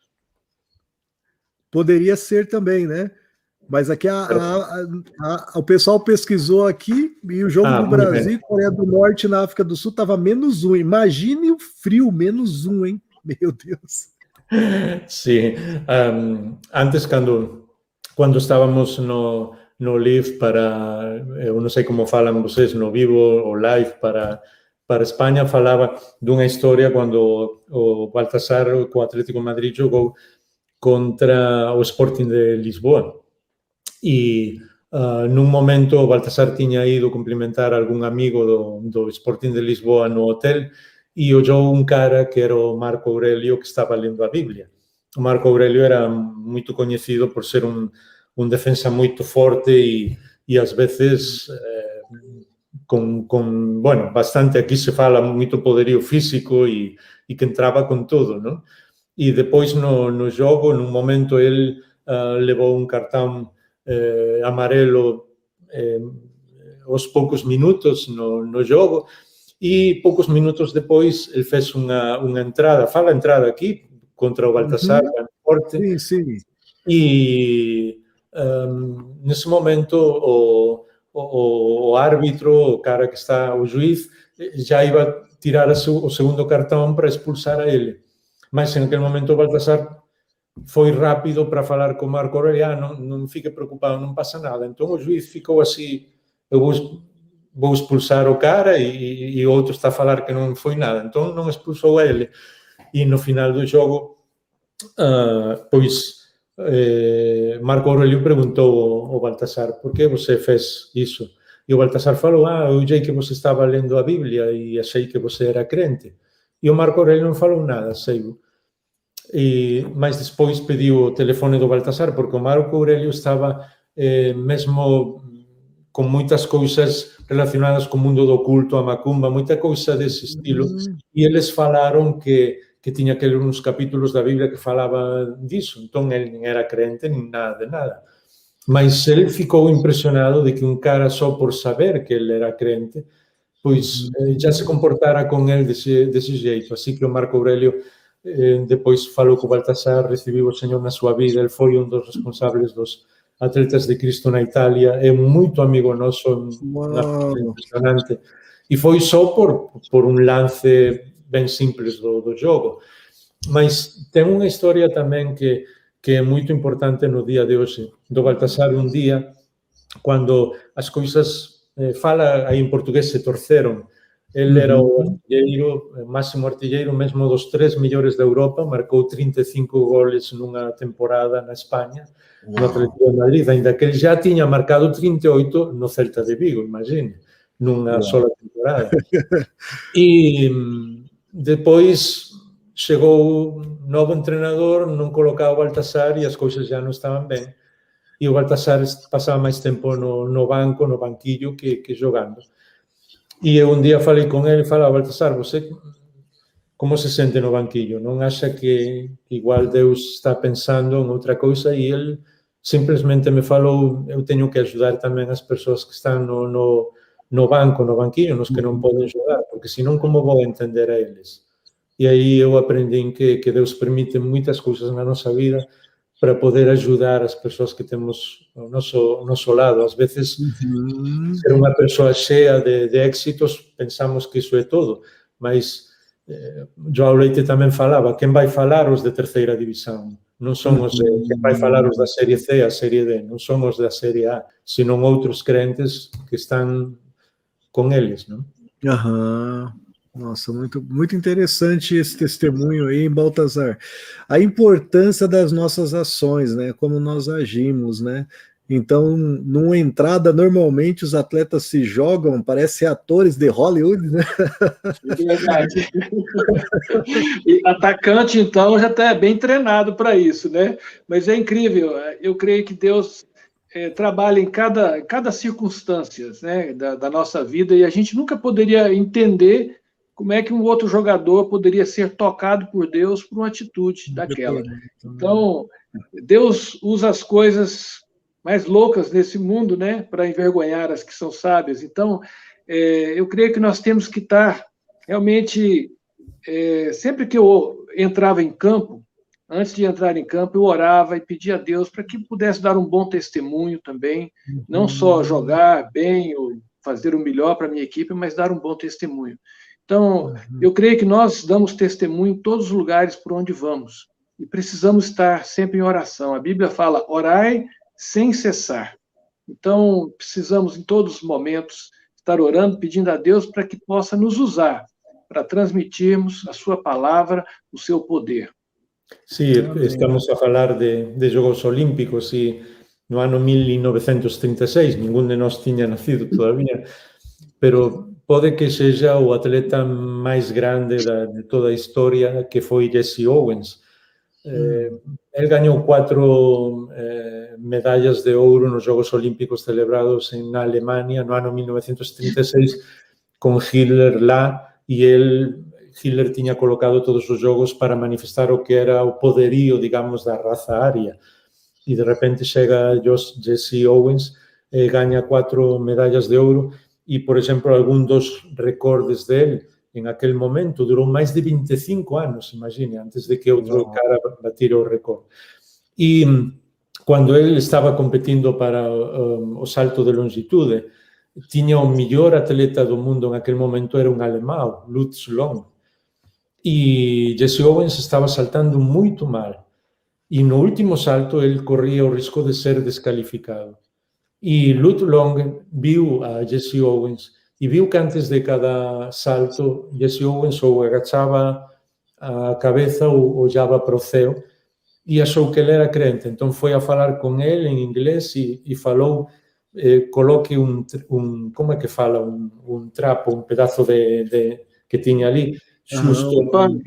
Poderia ser também, né? Mas aqui o pessoal pesquisou aqui e o jogo do Brasil e Coreia do Norte na África do Sul estava -1. Imagine o frio, -1, hein? Meu Deus. Sim. Antes, quando estávamos no live para, eu não sei como falam vocês, no vivo ou live para Espanha, falava de uma história quando o Baltazar com o Atlético de Madrid jogou contra o Sporting de Lisboa. E num momento o Baltazar tinha ido cumprimentar algum amigo do Sporting de Lisboa no hotel e olhou um cara que era o Marco Aurélio, que estava lendo a Bíblia. O Marco Aurélio era muito conhecido por ser um defensa muito forte e às vezes bueno, bastante, aqui se fala muito poderio físico e que entrava com tudo, não? E depois no jogo, num momento, ele levou um cartão amarelo aos poucos minutos no jogo e poucos minutos depois ele fez uma entrada, fala entrada aqui, contra o Baltazar, forte. Sim, sim. E nesse momento o árbitro, o cara que está, o juiz, já ia tirar o segundo cartão para expulsar a ele. Mas naquele momento o Baltazar foi rápido para falar com o Marco Aurélio, não fique preocupado, não passa nada. Então o juiz ficou assim, eu vou expulsar o cara e o outro está a falar que não foi nada. Então não expulsou ele. E no final do jogo, Marco Aurélio perguntou ao Baltazar, por que você fez isso? E o Baltazar falou, eu achei que você estava lendo a Bíblia e achei que você era crente. E o Marco Aurélio não falou nada, cego. Mas depois pediu o telefone do Baltazar, porque o Marco Aurélio estava mesmo com muitas coisas relacionadas com o mundo do oculto, a macumba, muita coisa desse estilo. E eles falaram que tinha que ler uns capítulos da Bíblia que falava disso. Então ele nem era crente, nem nada de nada. Mas ele ficou impressionado de que um cara, só por saber que ele era crente, pois já se comportara com ele desse jeito. Assim que o Marco Aurélio depois falou com o Baltazar, recebeu o Senhor na sua vida, ele foi um dos responsáveis dos Atletas de Cristo na Itália, é muito amigo nosso, impressionante. E foi só por um lance bem simples do jogo. Mas tem uma história também que é muito importante no dia de hoje, do Baltazar. Um dia, quando as coisas, fala aí em português, se torceram, ele era o artilheiro, máximo artilheiro mesmo dos 3 melhores da Europa, marcou 35 goles numa temporada na Espanha, no Atlético de Madrid, ainda que ele já tinha marcado 38 no Celta de Vigo, imagine, numa sola temporada. E depois chegou um novo treinador, não colocava o Baltazar e as coisas já não estavam bem. E o Baltazar passava mais tempo no banquillo, que jogando. E eu um dia falei com ele e falei, Baltazar, você como se sente no banquillo? Não acha que igual Deus está pensando em outra coisa? E ele simplesmente me falou, eu tenho que ajudar também as pessoas que estão no banquillo, nos que não podem jogar, porque senão como vou entender a eles? E aí eu aprendi que Deus permite muitas coisas na nossa vida para poder ajudar as pessoas que temos ao nosso lado. Às vezes, ser uma pessoa cheia de éxitos, pensamos que isso é tudo, mas João Leite também falava, quem vai falar os de terceira divisão? Não são os quem vai falar os da Série C, a Série D, não são os da Série A, senão outros crentes que estão com eles, não? Nossa, muito interessante esse testemunho aí, Baltazar. A importância das nossas ações, né? Como nós agimos, né? Então, numa entrada, normalmente os atletas se jogam, parecem atores de Hollywood, né? É verdade. E atacante, então, já está bem treinado para isso, né? Mas é incrível. Eu creio que Deus trabalha em cada circunstância, né, da nossa vida, e a gente nunca poderia entender como é que um outro jogador poderia ser tocado por Deus por uma atitude daquela. Então, Deus usa as coisas mais loucas nesse mundo, né, para envergonhar as que são sábias. Então, eu creio que nós temos que estar realmente, sempre que eu entrava em campo, antes de entrar em campo, eu orava e pedia a Deus para que pudesse dar um bom testemunho também, não só jogar bem ou fazer o melhor para a minha equipe, mas dar um bom testemunho. Então, eu creio que nós damos testemunho em todos os lugares por onde vamos, e precisamos estar sempre em oração. A Bíblia fala, orai sem cessar. Então, precisamos, em todos os momentos, estar orando, pedindo a Deus para que possa nos usar, para transmitirmos a sua palavra, o seu poder. Sí, estamos a falar de Jogos Olímpicos e no ano 1936, ningún de nós tiña nacido todavía, pero pode que seja o atleta máis grande de toda a historia, que foi Jesse Owens. Ele gañou 4 medallas de ouro nos Jogos Olímpicos celebrados na Alemania no ano 1936 con Hitler lá, e Hitler tiña colocado todos os jogos para manifestar o que era o poderío, digamos, da raza aria. E de repente chega Jesse Owens, gaña 4 medallas de ouro, e, por exemplo, algún dos recordes dele, en aquel momento, durou máis de 25 anos, imagine, antes de que outro cara batira o recorde. E cando ele estaba competindo para o salto de longitude, tiña o mellor atleta do mundo en aquel momento, era un alemão, Lutz Long. E Jesse Owens estaba saltando moito mal. E no último salto, ele corría o risco de ser descalificado. E Lutz Long viu a Jesse Owens e viu que antes de cada salto, Jesse Owens ou agachaba a cabeza ou olhaba para o ceo e achou que ele era crente. Entón foi a falar con ele en inglés e falou, coloque como é que fala, un trapo, un pedazo que tiña ali, xusto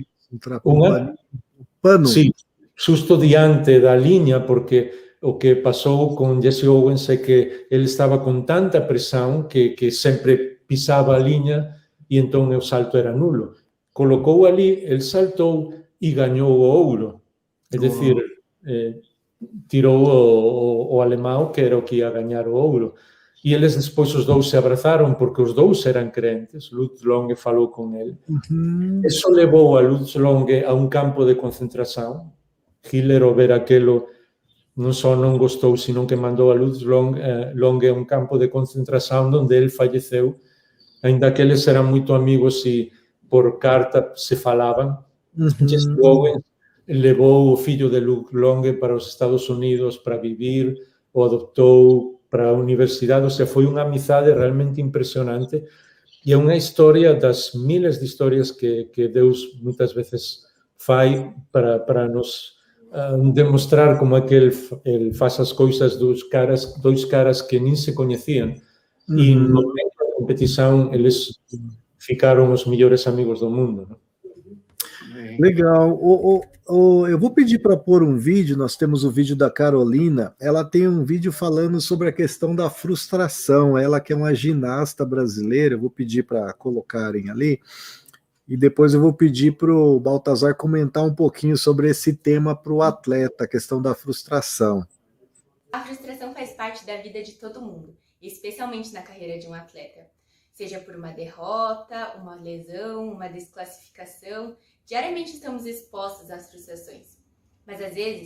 pano. Sí, xusto diante da liña, porque o que pasou con Jesse Owens é que ele estaba con tanta presión que sempre pisaba a liña e entón o salto era nulo. Colocou ali, ele saltou e gañou o ouro. É dicir, tirou o alemão, que era o que ia gañar o ouro. E eles despois os dous se abrazaron porque os dous eran crentes. Lutz Long falou con ele. Eso levou a Lutz Long a un campo de concentración. Hitler, ao ver aquelo, non só non gostou, sino que mandou a Lutz Long a un campo de concentración onde ele falleceu, ainda que eles eran moito amigos e por carta se falaban. Jesse Owens levou o fillo de Lutz Long para os Estados Unidos para vivir, o adoptou para a universidade, ou seja, foi unha amizade realmente impresionante e é unha historia das miles de historias que Deus muitas veces fai para nos demostrar como é que ele faz as coisas dois caras que nin se coñecían e no meio da competição eles ficaram os melhores amigos do mundo, não? Legal. Eu vou pedir para pôr um vídeo, nós temos o vídeo da Carolina, ela tem um vídeo falando sobre a questão da frustração, ela que é uma ginasta brasileira, eu vou pedir para colocarem ali, e depois eu vou pedir para o Baltazar comentar um pouquinho sobre esse tema para o atleta, a questão da frustração. A frustração faz parte da vida de todo mundo, especialmente na carreira de um atleta. Seja por uma derrota, uma lesão, uma desclassificação, diariamente estamos expostos às frustrações. Mas às vezes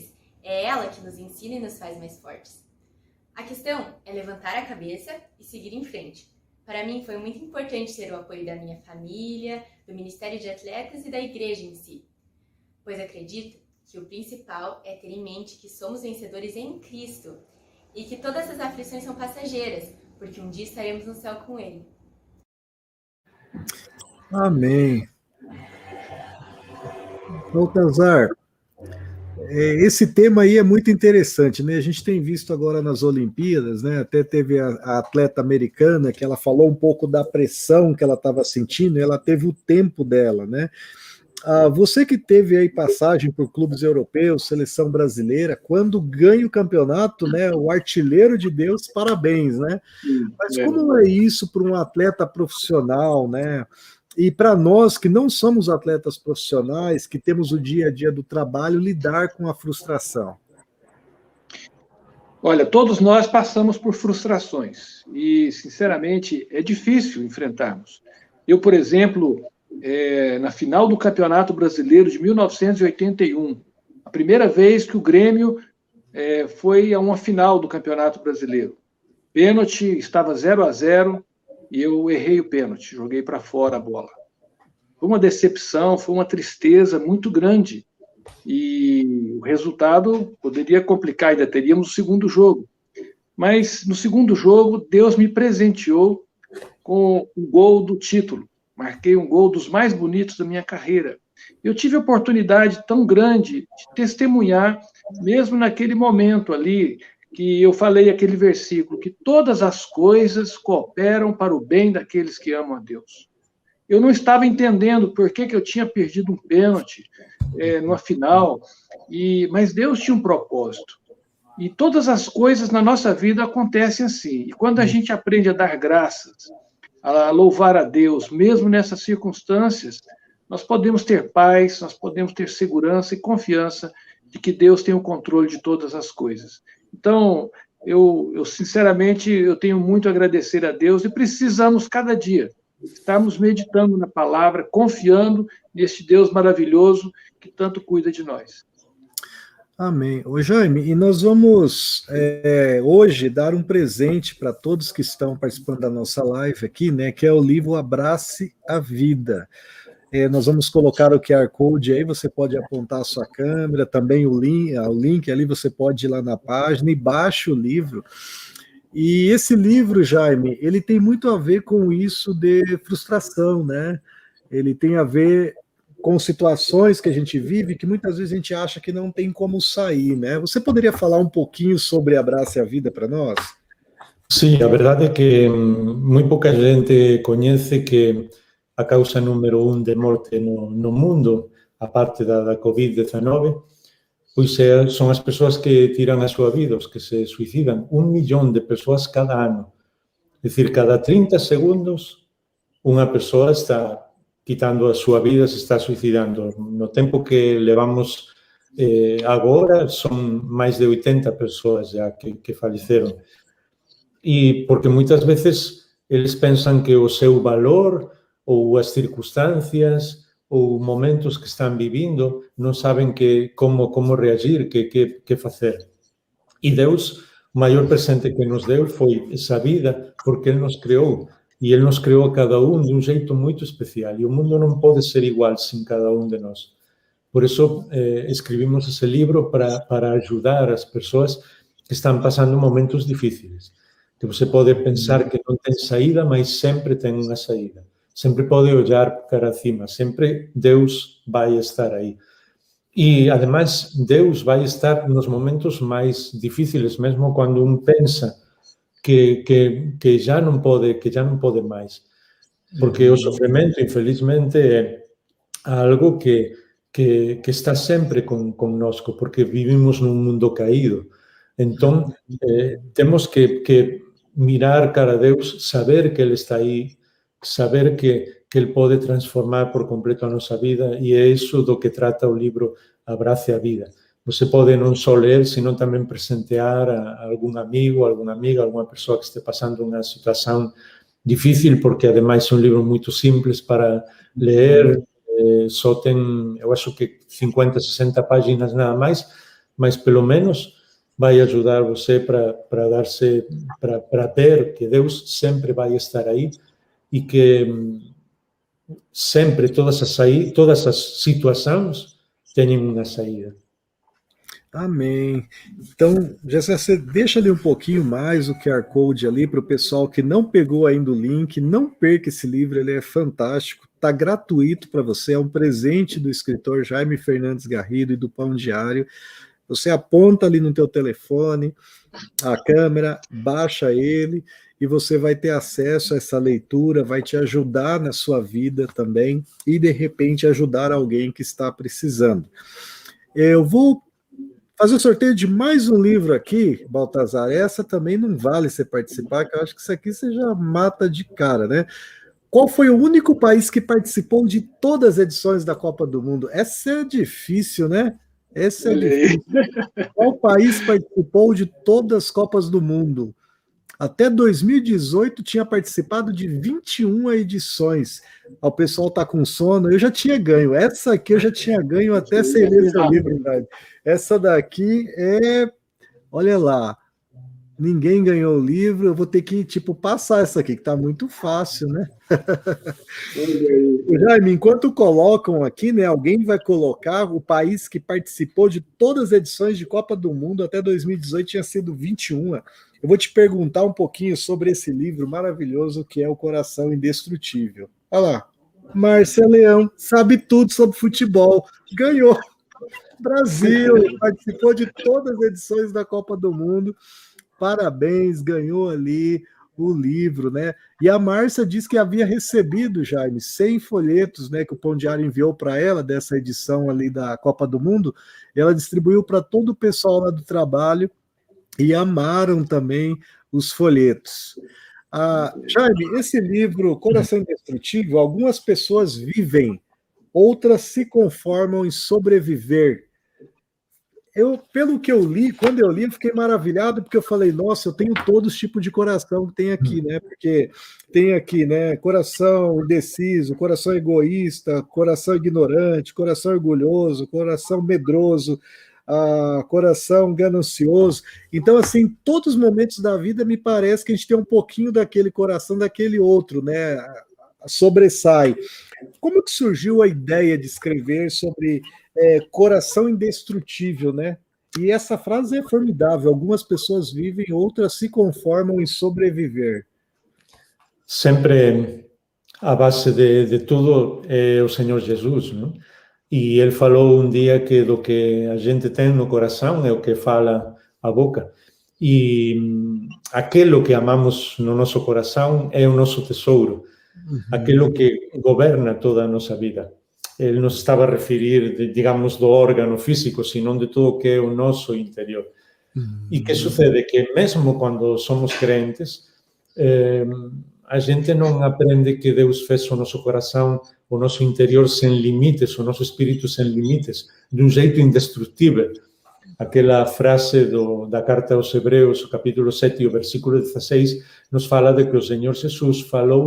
É ela que nos ensina e nos faz mais fortes. A questão é levantar a cabeça e seguir em frente. Para mim foi muito importante ter o apoio da minha família, do Ministério de Atletas e da igreja em si, pois acredito que o principal é ter em mente que somos vencedores em Cristo e que todas essas aflições são passageiras, porque um dia estaremos no céu com Ele. Amém. Baltazar, esse tema aí é muito interessante, né? A gente tem visto agora nas Olimpíadas, né? Até teve a atleta americana que ela falou um pouco da pressão que ela estava sentindo, e ela teve o tempo dela, né? Você que teve aí passagem por clubes europeus, seleção brasileira, quando ganha o campeonato, né? O artilheiro de Deus, parabéns, né? Mas como é isso para um atleta profissional, né? E para nós que não somos atletas profissionais, que temos o dia a dia do trabalho, lidar com a frustração? Olha, todos nós passamos por frustrações e, sinceramente, é difícil enfrentarmos. Eu, por exemplo, na final do Campeonato Brasileiro de 1981, a primeira vez que o Grêmio foi a uma final do Campeonato Brasileiro. Pênalti, estava 0-0, e eu errei o pênalti, joguei para fora a bola. Foi uma decepção, foi uma tristeza muito grande. E o resultado poderia complicar, ainda teríamos o segundo jogo. Mas no segundo jogo, Deus me presenteou com o gol do título. Marquei um gol dos mais bonitos da minha carreira. Eu tive a oportunidade tão grande de testemunhar, mesmo naquele momento ali, que eu falei aquele versículo, que todas as coisas cooperam para o bem daqueles que amam a Deus. Eu não estava entendendo por que eu tinha perdido um pênalti numa final, mas Deus tinha um propósito. E todas as coisas na nossa vida acontecem assim. E quando a gente aprende a dar graças, a louvar a Deus, mesmo nessas circunstâncias, nós podemos ter paz, nós podemos ter segurança e confiança de que Deus tem o controle de todas as coisas. Então, eu sinceramente, eu tenho muito a agradecer a Deus e precisamos, cada dia, estarmos meditando na palavra, confiando neste Deus maravilhoso que tanto cuida de nós. Amém. Ô Jaime, e nós vamos hoje dar um presente para todos que estão participando da nossa live aqui, né, que é o livro Abrace a Vida. Nós vamos colocar o QR Code aí, você pode apontar a sua câmera, também o link ali, você pode ir lá na página e baixa o livro. E esse livro, Jaime, ele tem muito a ver com isso de frustração, né? Ele tem a ver com situações que a gente vive que muitas vezes a gente acha que não tem como sair, né? Você poderia falar um pouquinho sobre Abrace a Vida para nós? Sim, a verdade é que muito pouca gente conhece que a causa número 1 de morte no mundo, a parte da Covid-19, pois são as pessoas que tiram a súa vida, os que se suicidam. 1 millón de pessoas cada ano. É dicir, cada 30 segundos unha persoa está quitando a súa vida, se está suicidando. No tempo que levamos agora, son máis de 80 persoas já que faleceron. E porque moitas veces eles pensan que o seu valor ou as circunstancias ou momentos que están vivindo non saben como reagir, que facer. E Deus, o maior presente que nos deu foi esa vida, porque Ele nos creou. E Ele nos creou a cada un de un xeito moito especial. E o mundo non pode ser igual sin cada un de nós. Por eso escribimos ese libro para ajudar as persoas que están pasando momentos difíciles. Que você pode pensar que non ten saída, mas sempre ten unha saída. Sempre pode olhar cara acima, sempre Deus vai estar aí. E, ademais, Deus vai estar nos momentos máis difíciles, mesmo quando un pensa que já non pode máis. Porque o sofrimento, infelizmente, é algo que está sempre connosco, porque vivimos nun mundo caído. Entón, temos que mirar cara a Deus, saber que Ele está aí, saber que Ele pode transformar por completo a nosa vida, e é iso do que trata o libro Abrace a Vida. Você pode non só ler, sino tamén presentear a algún amigo, alguna amiga, alguna persoa que este pasando unha situación difícil, porque ademais é un libro moito simples para ler, só ten, eu acho que 50, 60 páginas nada máis, mas pelo menos vai ajudar você para ver que Deus sempre vai estar aí e que sempre todas as situações têm uma saída. Amém. Então, Jessé, você deixa ali um pouquinho mais o QR Code ali para o pessoal que não pegou ainda o link, não perca esse livro, ele é fantástico, está gratuito para você, é um presente do escritor Jaime Fernandes Garrido e do Pão Diário. Você aponta ali no teu telefone, a câmera, baixa ele e você vai ter acesso a essa leitura, vai te ajudar na sua vida também e, de repente, ajudar alguém que está precisando. Eu vou fazer o sorteio de mais um livro aqui, Baltazar. Essa também não vale você participar, que eu acho que isso aqui você já mata de cara, né? Qual foi o único país que participou de todas as edições da Copa do Mundo? Essa é difícil, né? Essa é difícil. Qual país participou de todas as Copas do Mundo? Até 2018 tinha participado de 21 edições. O pessoal está com sono, eu já tinha ganho. Essa aqui eu já tinha ganho até sem ler seu livro, verdade. Essa daqui é... Olha lá. Ninguém ganhou o livro, eu vou ter que, passar essa aqui, que está muito fácil, né? Jaime, enquanto colocam aqui, né, alguém vai colocar o país que participou de todas as edições de Copa do Mundo até 2018, tinha sido 21. Eu vou te perguntar um pouquinho sobre esse livro maravilhoso que é O Coração Indestrutível. Olha lá, Márcia Leão, sabe tudo sobre futebol, ganhou. Brasil, participou de todas as edições da Copa do Mundo. Parabéns, ganhou ali o livro, né? E a Márcia disse que havia recebido, Jaime, 100 folhetos, né, que o Pão Diário enviou para ela dessa edição ali da Copa do Mundo. E ela distribuiu para todo o pessoal lá do trabalho e amaram também os folhetos. Jaime, esse livro, Coração Indestrutível, algumas pessoas vivem, outras se conformam em sobreviver. Pelo que eu li, quando eu li, eu fiquei maravilhado, porque eu falei, nossa, eu tenho todos os tipos de coração que tem aqui, né? Porque tem aqui, né, coração indeciso, coração egoísta, coração ignorante, coração orgulhoso, coração medroso, coração ganancioso. Então, assim, todos os momentos da vida me parece que a gente tem um pouquinho daquele coração, daquele outro, né? Sobressai. Como que surgiu a ideia de escrever sobre coração indestrutível, né? E essa frase é formidável. Algumas pessoas vivem, outras se conformam em sobreviver. Sempre a base de tudo é o Senhor Jesus, não? E ele falou um dia que do que a gente tem no coração é o que fala a boca. E aquilo que amamos no nosso coração é o nosso tesouro, aquilo que governa toda a nossa vida. Ele não estava a referir, digamos, do órgano físico, senão de tudo que é o nosso interior. E que sucede? Que mesmo quando somos crentes, a gente não aprende que Deus fez o nosso coração, o nosso interior sem limites, o nosso espírito sem limites, de um jeito indestrutível. Aquela frase da carta aos Hebreus, o capítulo 7, o versículo 16, nos fala de que o Senhor Jesus falou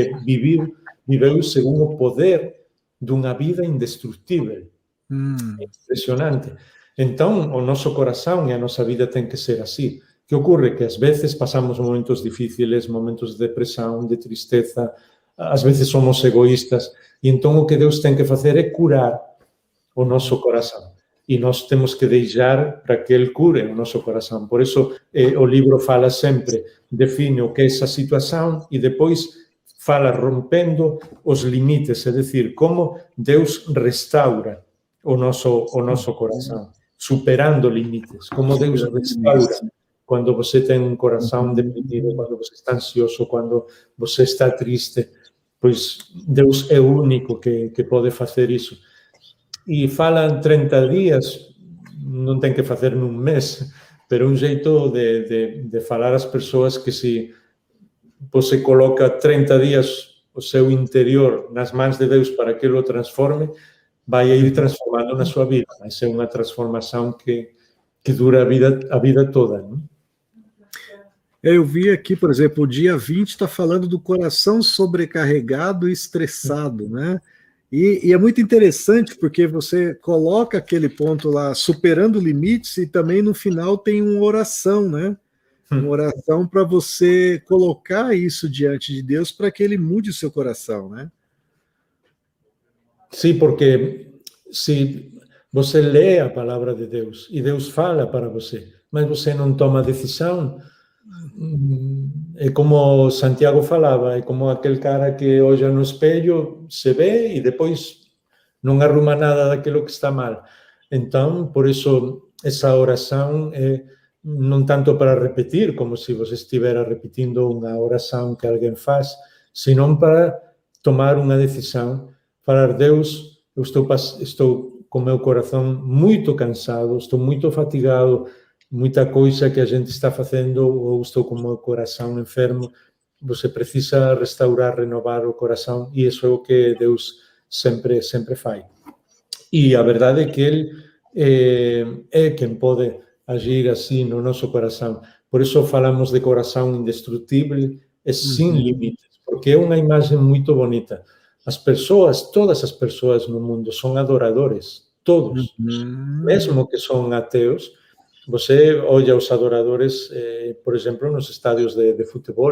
viveu segundo o poder de uma vida indestrutível. É impressionante. Então, o nosso coração e a nossa vida tem que ser assim. O que ocorre? Que às vezes passamos momentos difíceis, momentos de depressão, de tristeza, às vezes somos egoístas, e então o que Deus tem que fazer é curar o nosso coração. E nós temos que deixar para que Ele cure o nosso coração. Por isso, o livro fala sempre, define o que é essa situação e depois fala rompendo os limites, é decir, como Deus restaura o nosso coração, superando limites, como Deus restaura quando você tem um coração deprimido, quando você está ansioso, quando você está triste, pois Deus é o único que pode fazer isso. E fala 30 dias, não tem que fazer num mês, mas um jeito de falar às pessoas que se você coloca 30 dias o seu interior nas mãos de Deus para que Ele o transforme, vai ir transformando na sua vida. Vai ser uma transformação que dura a vida toda, não? Eu vi aqui, por exemplo, o dia 20 está falando do coração sobrecarregado e estressado, né? E é muito interessante porque você coloca aquele ponto lá, superando limites, e também no final tem uma oração, né? Uma oração para você colocar isso diante de Deus para que ele mude o seu coração, né? Sim, porque se você lê a palavra de Deus e Deus fala para você, mas você não toma decisão, é como Santiago falava, é como aquele cara que olha no espelho, se vê e depois não arruma nada daquilo que está mal. Então, por isso, essa oração é não tanto para repetir, como se você estivesse repetindo uma oração que alguém faz, senão para tomar uma decisão, falar, Deus, eu estou com meu coração muito cansado, estou muito fatigado, muita coisa que a gente está fazendo, ou estou com o meu coração enfermo. Você precisa restaurar, renovar o coração, e isso é o que Deus sempre faz. E a verdade é que Ele é quem pode agir assim no nosso coração. Por isso falamos de coração indestrutível e sem limites, porque é uma imagem muito bonita. As pessoas, todas as pessoas no mundo são adoradores, todos, mesmo que são ateus. Você olha os adoradores, por exemplo, nos estádios de futebol.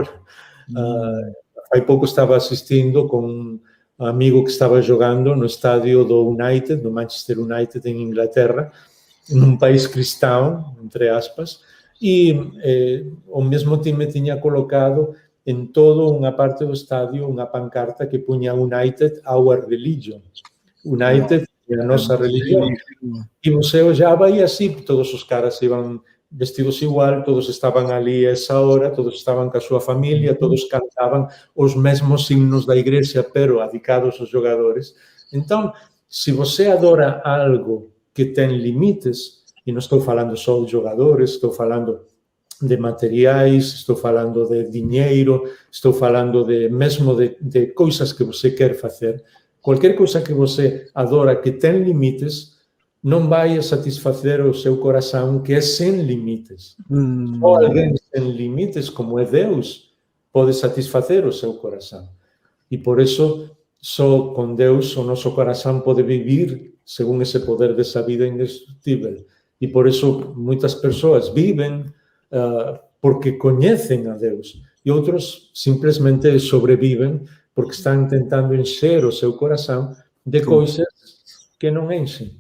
Há pouco estava assistindo com um amigo que estava jogando no estádio do United, do Manchester United, em Inglaterra, num país cristão, entre aspas, e o mesmo time tinha colocado em toda uma parte do estádio uma pancarta que punha United, our religion. United é a nossa religião. E você olhava e assim, todos os caras iam vestidos igual, todos estavam ali a essa hora, todos estavam com a sua família, todos cantavam os mesmos hinos da igreja, pero dedicados aos jogadores. Então, se você adora algo que tem limites, e não estou falando só de jogadores, estou falando de materiais, estou falando de dinheiro, estou falando mesmo de coisas que você quer fazer, qualquer coisa que você adora que tem limites, não vai satisfazer o seu coração, que é sem limites. Só alguém sem limites, como é Deus, pode satisfazer o seu coração. E por isso, só com Deus, o nosso coração pode viver segundo esse poder dessa vida indestrutível. E por isso, muitas pessoas vivem porque conhecem a Deus. E outros simplesmente sobrevivem porque estão tentando encher o seu coração de coisas que não enchem.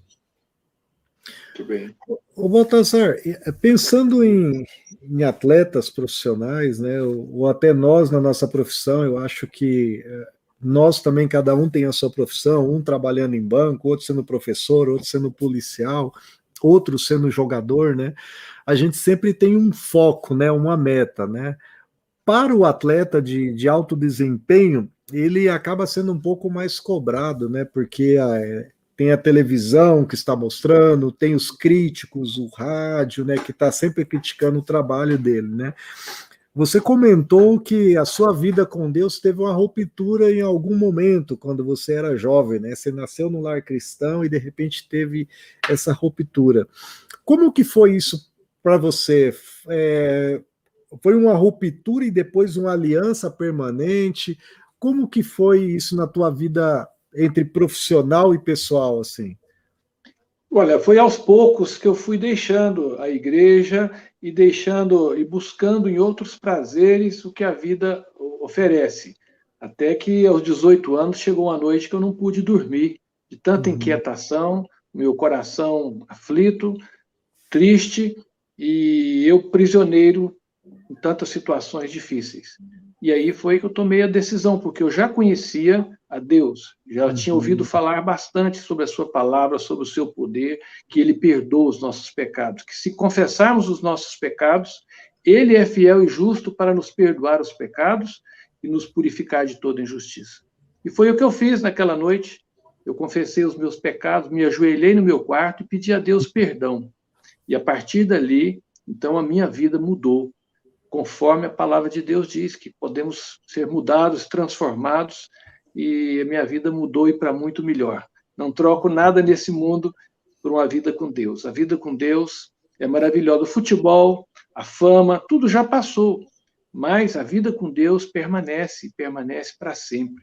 Muito bem. Ô, Baltazar, pensando em atletas profissionais, né, ou até nós na nossa profissão, eu acho que nós também, cada um tem a sua profissão, um trabalhando em banco, outro sendo professor, outro sendo policial, outro sendo jogador, né? A gente sempre tem um foco, né, uma meta, né? Para o atleta de alto desempenho, ele acaba sendo um pouco mais cobrado, né? Porque tem a televisão que está mostrando, tem os críticos, o rádio, né? Que está sempre criticando o trabalho dele, né? Você comentou que a sua vida com Deus teve uma ruptura em algum momento, quando você era jovem, né? Você nasceu no lar cristão e de repente teve essa ruptura. Como que foi isso para você? Foi uma ruptura e depois uma aliança permanente? Como que foi isso na tua vida entre profissional e pessoal, assim? Olha, foi aos poucos que eu fui deixando a igreja e buscando em outros prazeres o que a vida oferece. Até que aos 18 anos chegou uma noite que eu não pude dormir, de tanta inquietação, meu coração aflito, triste, e eu prisioneiro em tantas situações difíceis. E aí foi que eu tomei a decisão, porque eu já conhecia a Deus, já tinha ouvido falar bastante sobre a sua palavra, sobre o seu poder, que ele perdoa os nossos pecados, que se confessarmos os nossos pecados, ele é fiel e justo para nos perdoar os pecados e nos purificar de toda injustiça. E foi o que eu fiz naquela noite. Eu confessei os meus pecados, me ajoelhei no meu quarto e pedi a Deus perdão. E a partir dali, então, a minha vida mudou, conforme a palavra de Deus diz, que podemos ser mudados, transformados, e a minha vida mudou e para muito melhor. Não troco nada nesse mundo por uma vida com Deus. A vida com Deus é maravilhosa. O futebol, a fama, tudo já passou, mas a vida com Deus permanece para sempre.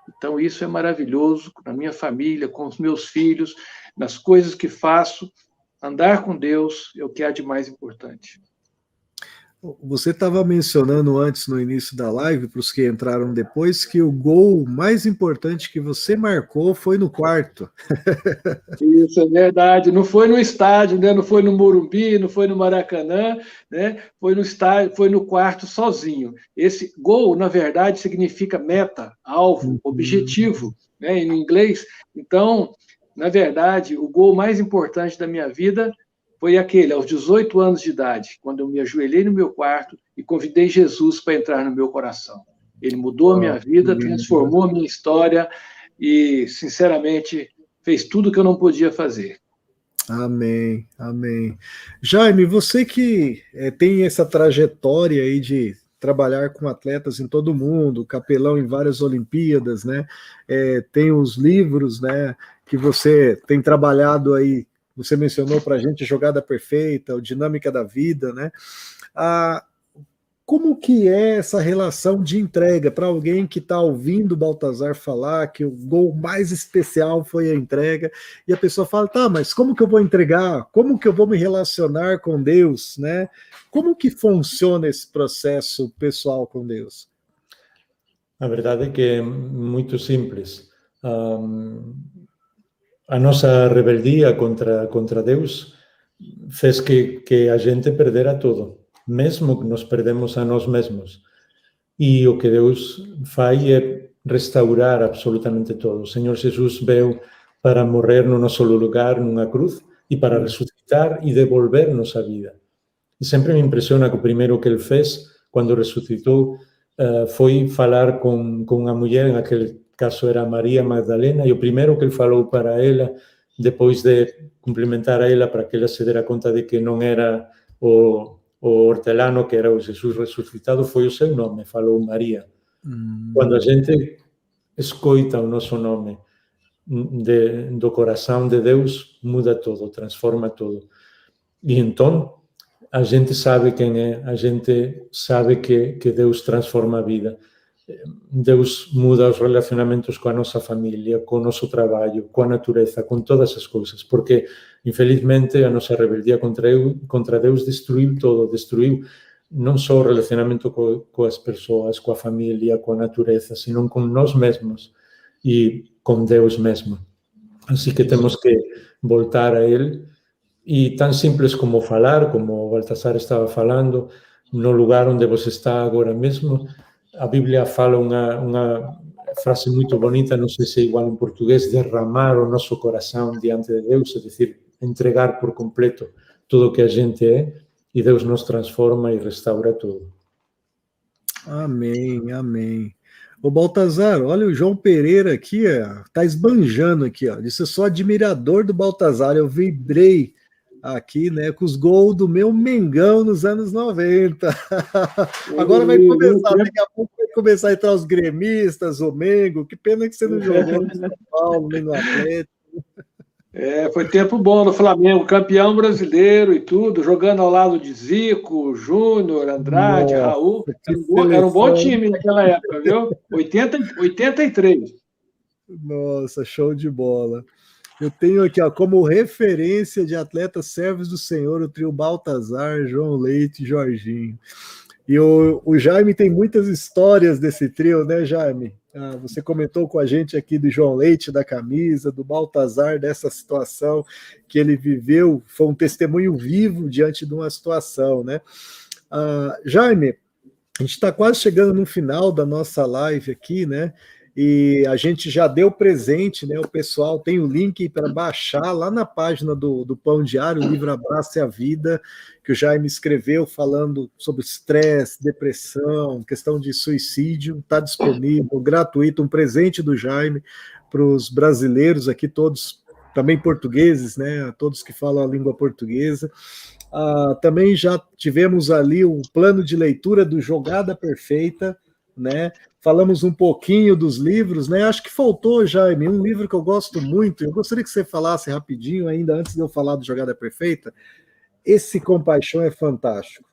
Então, isso é maravilhoso na minha família, com os meus filhos, nas coisas que faço. Andar com Deus é o que há de mais importante. Você estava mencionando antes, no início da live, para os que entraram depois, que o gol mais importante que você marcou foi no quarto. Isso é verdade. Não foi no estádio, né? Não foi no Morumbi, não foi no Maracanã, né? Foi no estádio, foi no quarto sozinho. Esse gol, na verdade, significa meta, alvo, objetivo, né? Em inglês. Então, na verdade, o gol mais importante da minha vida foi aquele, aos 18 anos de idade, quando eu me ajoelhei no meu quarto e convidei Jesus para entrar no meu coração. Ele mudou a minha vida, transformou a minha história e, sinceramente, fez tudo o que eu não podia fazer. Amém, amém. Jaime, você que tem essa trajetória aí de trabalhar com atletas em todo o mundo, capelão em várias Olimpíadas, né? Tem os livros, né? Que você tem trabalhado aí. Você mencionou para a gente Jogada Perfeita, o Dinâmica da Vida, né? Como que é essa relação de entrega para alguém que está ouvindo o Baltazar falar que o gol mais especial foi a entrega, e a pessoa fala, tá, mas como que eu vou entregar? Como que eu vou me relacionar com Deus, né? Como que funciona esse processo pessoal com Deus? A verdade é que é muito simples. A nossa rebeldia contra Deus fez que a gente perdera tudo, mesmo que nos perdemos a nós mesmos. E o que Deus faz é restaurar absolutamente todo. O Senhor Jesus veio para morrer no nosso lugar numa cruz e para ressuscitar e devolver-nos a vida. E sempre me impressiona que o primeiro que ele fez, quando ressuscitou, foi falar com a mulher, em aquele caso era Maria Magdalena, e o primeiro que ele falou para ela, depois de cumprimentar a ela para que ela se dera conta de que não era o hortelano, que era o Jesus ressuscitado, foi o seu nome, falou Maria. Quando a gente escuta o nosso nome do coração de Deus, muda tudo, transforma tudo. E então, a gente sabe quem é, a gente sabe que Deus transforma a vida. Deus muda os relacionamentos com a nossa família, com o nosso trabalho, com a natureza, com todas as coisas, porque, infelizmente, a nossa rebeldia contra Deus destruiu todo, destruiu não só o relacionamento com as pessoas, com a família, com a natureza, sino com nós mesmos e com Deus mesmo. Assim que temos que voltar a Ele, e tão simples como falar, como o Baltazar estava falando, no lugar onde você está agora mesmo. A Bíblia fala uma frase muito bonita, não sei se é igual em português, derramar o nosso coração diante de Deus, é dizer, entregar por completo tudo o que a gente é, e Deus nos transforma e restaura tudo. Amém, amém. Ô Baltazar, olha o João Pereira aqui, tá esbanjando aqui, ó. Disse, eu sou admirador do Baltazar, eu vibrei aqui, né, com os gols do meu Mengão nos anos 90. Agora vai começar, daqui a pouco vai começar a entrar os gremistas, o Mengo. Que pena que você não jogou no São Paulo, nem no Atlético. Foi tempo bom no Flamengo, campeão brasileiro e tudo, jogando ao lado de Zico, Júnior, Andrade, Nossa, Raul. Era um bom time naquela época, viu? 83. Nossa, show de bola. Eu tenho aqui, ó, como referência de atletas servos do Senhor, o trio Baltazar, João Leite e Jorginho. E o Jaime tem muitas histórias desse trio, né, Jaime? Você comentou com a gente aqui do João Leite, da camisa, do Baltazar, dessa situação que ele viveu, foi um testemunho vivo diante de uma situação, né? Jaime, a gente está quase chegando no final da nossa live aqui, né? E a gente já deu presente, né? O pessoal tem o link para baixar lá na página do Pão Diário, o livro Abrace a Vida, que o Jaime escreveu falando sobre estresse, depressão, questão de suicídio. Está disponível, gratuito, um presente do Jaime para os brasileiros aqui, todos também portugueses, né? Todos que falam a língua portuguesa. Também já tivemos ali o plano de leitura do Jogada Perfeita, né? Falamos um pouquinho dos livros, né? Acho que faltou, Jaime, um livro que eu gosto muito. Eu gostaria que você falasse rapidinho, ainda antes de eu falar do Jogada Perfeita. Esse Compaixão é fantástico.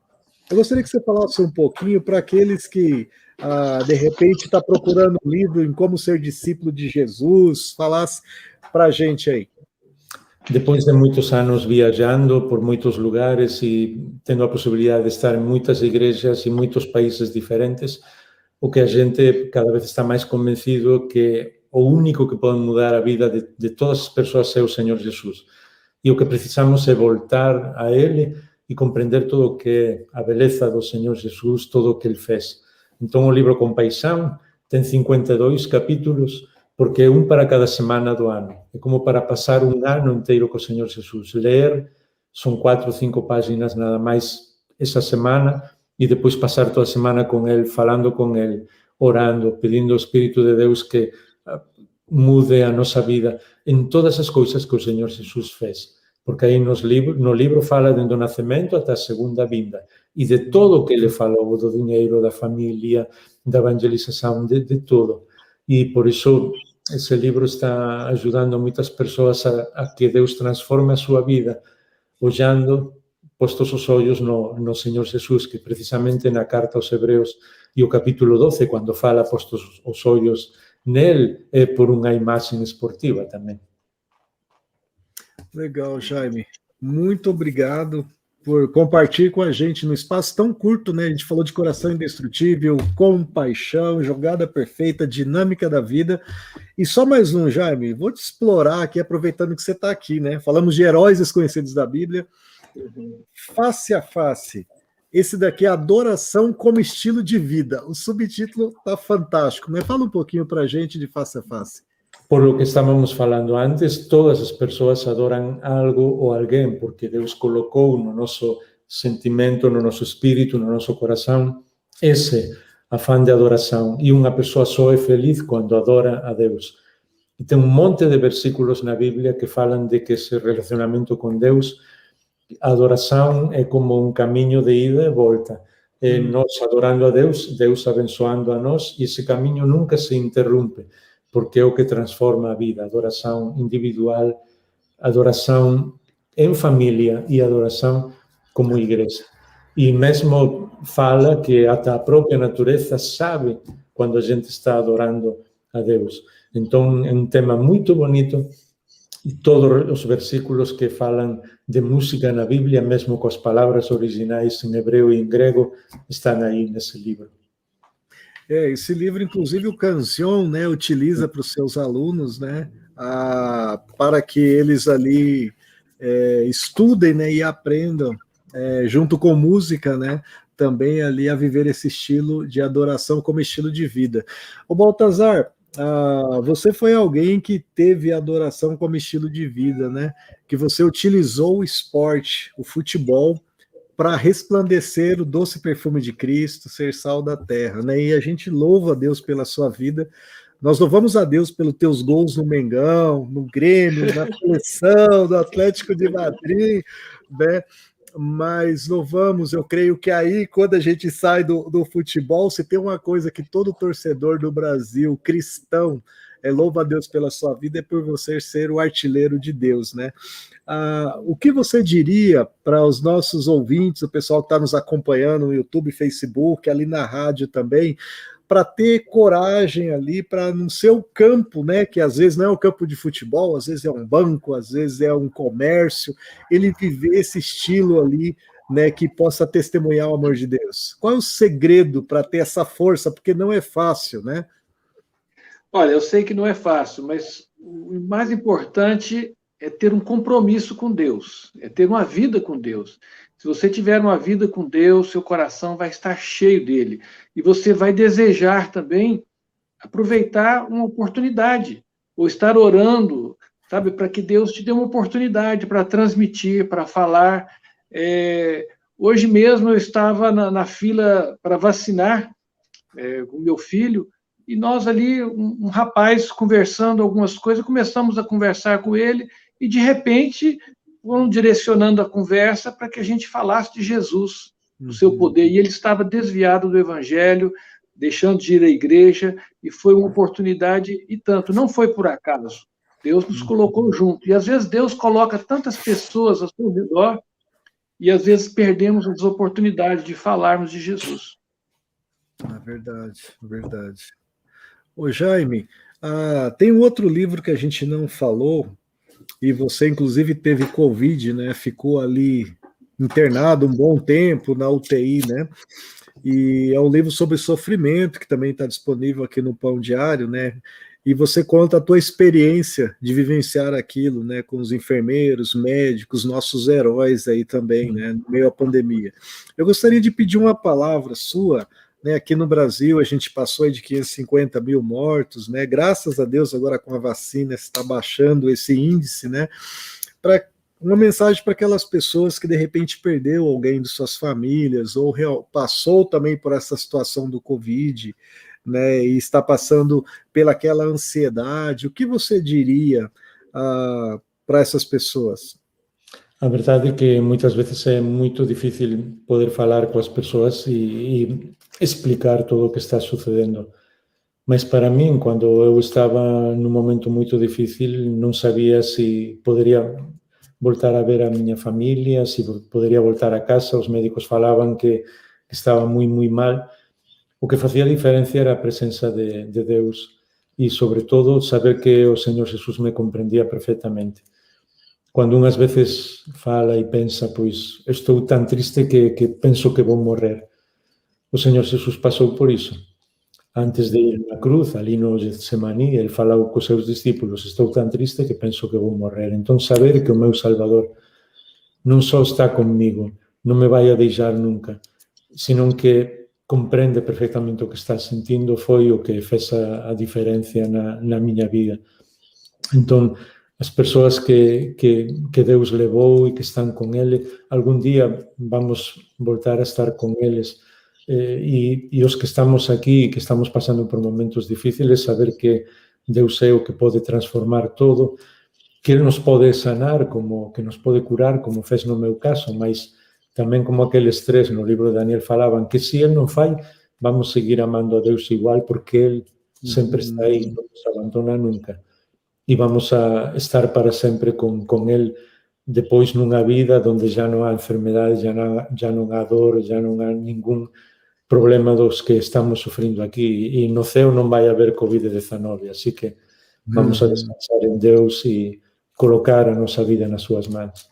Eu gostaria que você falasse um pouquinho para aqueles que, de repente, está procurando um livro em como ser discípulo de Jesus, falasse para a gente aí. Depois de muitos anos viajando por muitos lugares e tendo a possibilidade de estar em muitas igrejas e muitos países diferentes, o que a gente cada vez está mais convencido que o único que pode mudar a vida de todas as pessoas é o Senhor Jesus. E o que precisamos é voltar a Ele e compreender todo o que é a beleza do Senhor Jesus, todo o que Ele fez. Então, o livro Compaixão tem 52 capítulos, porque é um para cada semana do ano. É como para passar um ano inteiro com o Senhor Jesus. Ler são 4 ou 5 páginas nada mais essa semana e depois passar toda a semana com Ele, falando com Ele, orando, pedindo ao Espírito de Deus que mude a nossa vida em todas as coisas que o Senhor Jesus fez. Porque aí no livro fala desde o nascimento até a segunda vinda e de todo o que Ele falou, do dinheiro, da família, da evangelização, de tudo. E por isso esse livro está ajudando muitas pessoas a que Deus transforme a sua vida, olhando, postos os olhos no Senhor Jesus, que precisamente na carta aos Hebreus e o capítulo 12, quando fala postos os olhos nele, é por uma imagem esportiva também. Legal, Jaime. Muito obrigado por compartilhar com a gente no espaço tão curto, né? A gente falou de coração indestrutível, compaixão, jogada perfeita, dinâmica da vida. E só mais um, Jaime, vou te explorar aqui, aproveitando que você está aqui, né? Falamos de heróis desconhecidos da Bíblia. Face a face. Esse daqui é Adoração como Estilo de Vida. O subtítulo está fantástico, né? Fala um pouquinho para a gente de Face a Face. Por lo que estávamos falando antes, todas as pessoas adoram algo ou alguém, porque Deus colocou no nosso sentimento, no nosso espírito, no nosso coração, esse afã de adoração. E uma pessoa só é feliz quando adora a Deus. E tem um monte de versículos na Bíblia que falam de que esse relacionamento com Deus, a adoração é como um caminho de ida e volta. É nós adorando a Deus, Deus abençoando a nós, e esse caminho nunca se interrompe, porque é o que transforma a vida, adoração individual, adoração em família e adoração como igreja. E mesmo fala que até a própria natureza sabe quando a gente está adorando a Deus. Então, é um tema muito bonito e todos os versículos que falam de música na Bíblia, mesmo com as palavras originais em hebreu e em grego, estão aí nesse livro. Esse livro, inclusive, o Canción, né, utiliza para os seus alunos, né, para que eles ali estudem, né, e aprendam, junto com música, né, também ali a viver esse estilo de adoração como estilo de vida. Ô Baltazar, você foi alguém que teve adoração como estilo de vida, né, que você utilizou o esporte, o futebol, para resplandecer o doce perfume de Cristo, ser sal da terra, né? E a gente louva a Deus pela sua vida. Nós louvamos a Deus pelos teus gols no Mengão, no Grêmio, na seleção, do Atlético de Madrid, né? Mas louvamos, eu creio que aí, quando a gente sai do futebol, se tem uma coisa que todo torcedor do Brasil, cristão, louva a Deus pela sua vida, é por você ser o artilheiro de Deus, né? O que você diria para os nossos ouvintes, o pessoal que está nos acompanhando no YouTube, Facebook, ali na rádio também, para ter coragem ali, para no seu campo, né, que às vezes não é um campo de futebol, às vezes é um banco, às vezes é um comércio, ele viver esse estilo ali, né, que possa testemunhar o amor de Deus? Qual é o segredo para ter essa força? Porque não é fácil, né? Olha, eu sei que não é fácil, mas o mais importante é ter um compromisso com Deus, é ter uma vida com Deus. Se você tiver uma vida com Deus, seu coração vai estar cheio dele. E você vai desejar também aproveitar uma oportunidade, ou estar orando, sabe, para que Deus te dê uma oportunidade para transmitir, para falar. Hoje mesmo eu estava na fila para vacinar com meu filho, e nós ali, um rapaz conversando algumas coisas, começamos a conversar com ele, e de repente foram direcionando a conversa para que a gente falasse de Jesus, do seu poder, e ele estava desviado do evangelho, deixando de ir à igreja, e foi uma oportunidade, e tanto, não foi por acaso, Deus nos colocou junto, e às vezes Deus coloca tantas pessoas ao seu redor, e às vezes perdemos as oportunidades de falarmos de Jesus. É verdade, verdade. Ô Jaime, tem um outro livro que a gente não falou, e você inclusive teve Covid, né? Ficou ali internado um bom tempo na UTI, né? E é um livro sobre sofrimento, que também está disponível aqui no Pão Diário, né? E você conta a tua experiência de vivenciar aquilo, né? Com os enfermeiros, médicos, nossos heróis aí também, né? No meio à pandemia. Eu gostaria de pedir uma palavra sua, né? Aqui no Brasil a gente passou aí de 550 mil mortos, né? Graças a Deus agora com a vacina está baixando esse índice, né? Para uma mensagem para aquelas pessoas que de repente perdeu alguém de suas famílias ou passou também por essa situação do Covid, né, e está passando pelaquela ansiedade. O que você diria para essas pessoas? A verdade é que muitas vezes é muito difícil poder falar com as pessoas e explicar tudo o que está sucedendo. Mas para mim, quando eu estava num momento muito difícil, não sabia se poderia voltar a ver a minha família, se poderia voltar a casa. Os médicos falavam que estava muito, muito mal. O que fazia a diferença era a presença de Deus e, sobretudo, saber que o Senhor Jesus me compreendia perfeitamente. Quando umas vezes fala e pensa, pois estou tão triste que penso que vou morrer. O Senhor Jesus passou por isso. Antes de ir na cruz, ali no Getsemaní, ele falou com os seus discípulos, estou tão triste que penso que vou morrer. Então, saber que o meu Salvador não só está comigo, não me vai a deixar nunca, senão que compreende perfeitamente o que está sentindo, foi o que fez a diferença na minha vida. Então, as pessoas que Deus levou e que estão com Ele, algum dia vamos voltar a estar com eles. E os que estamos aqui, que estamos passando por momentos difíciles, saber que Deus é o que pode transformar todo, que Ele nos pode sanar, como que nos pode curar, como fez no meu caso, mas também como aqueles três no livro de Daniel falavam, que se Ele não faz, vamos seguir amando a Deus igual, porque Ele sempre está aí, não nos abandona nunca. E vamos a estar para sempre com Ele, depois numa vida onde já não há enfermidade, já não há dor, já não há nenhum problema dos que estamos sofrendo aqui. E no céu não vai haver Covid-19, assim que vamos a descansar em Deus e colocar a nossa vida nas suas mãos.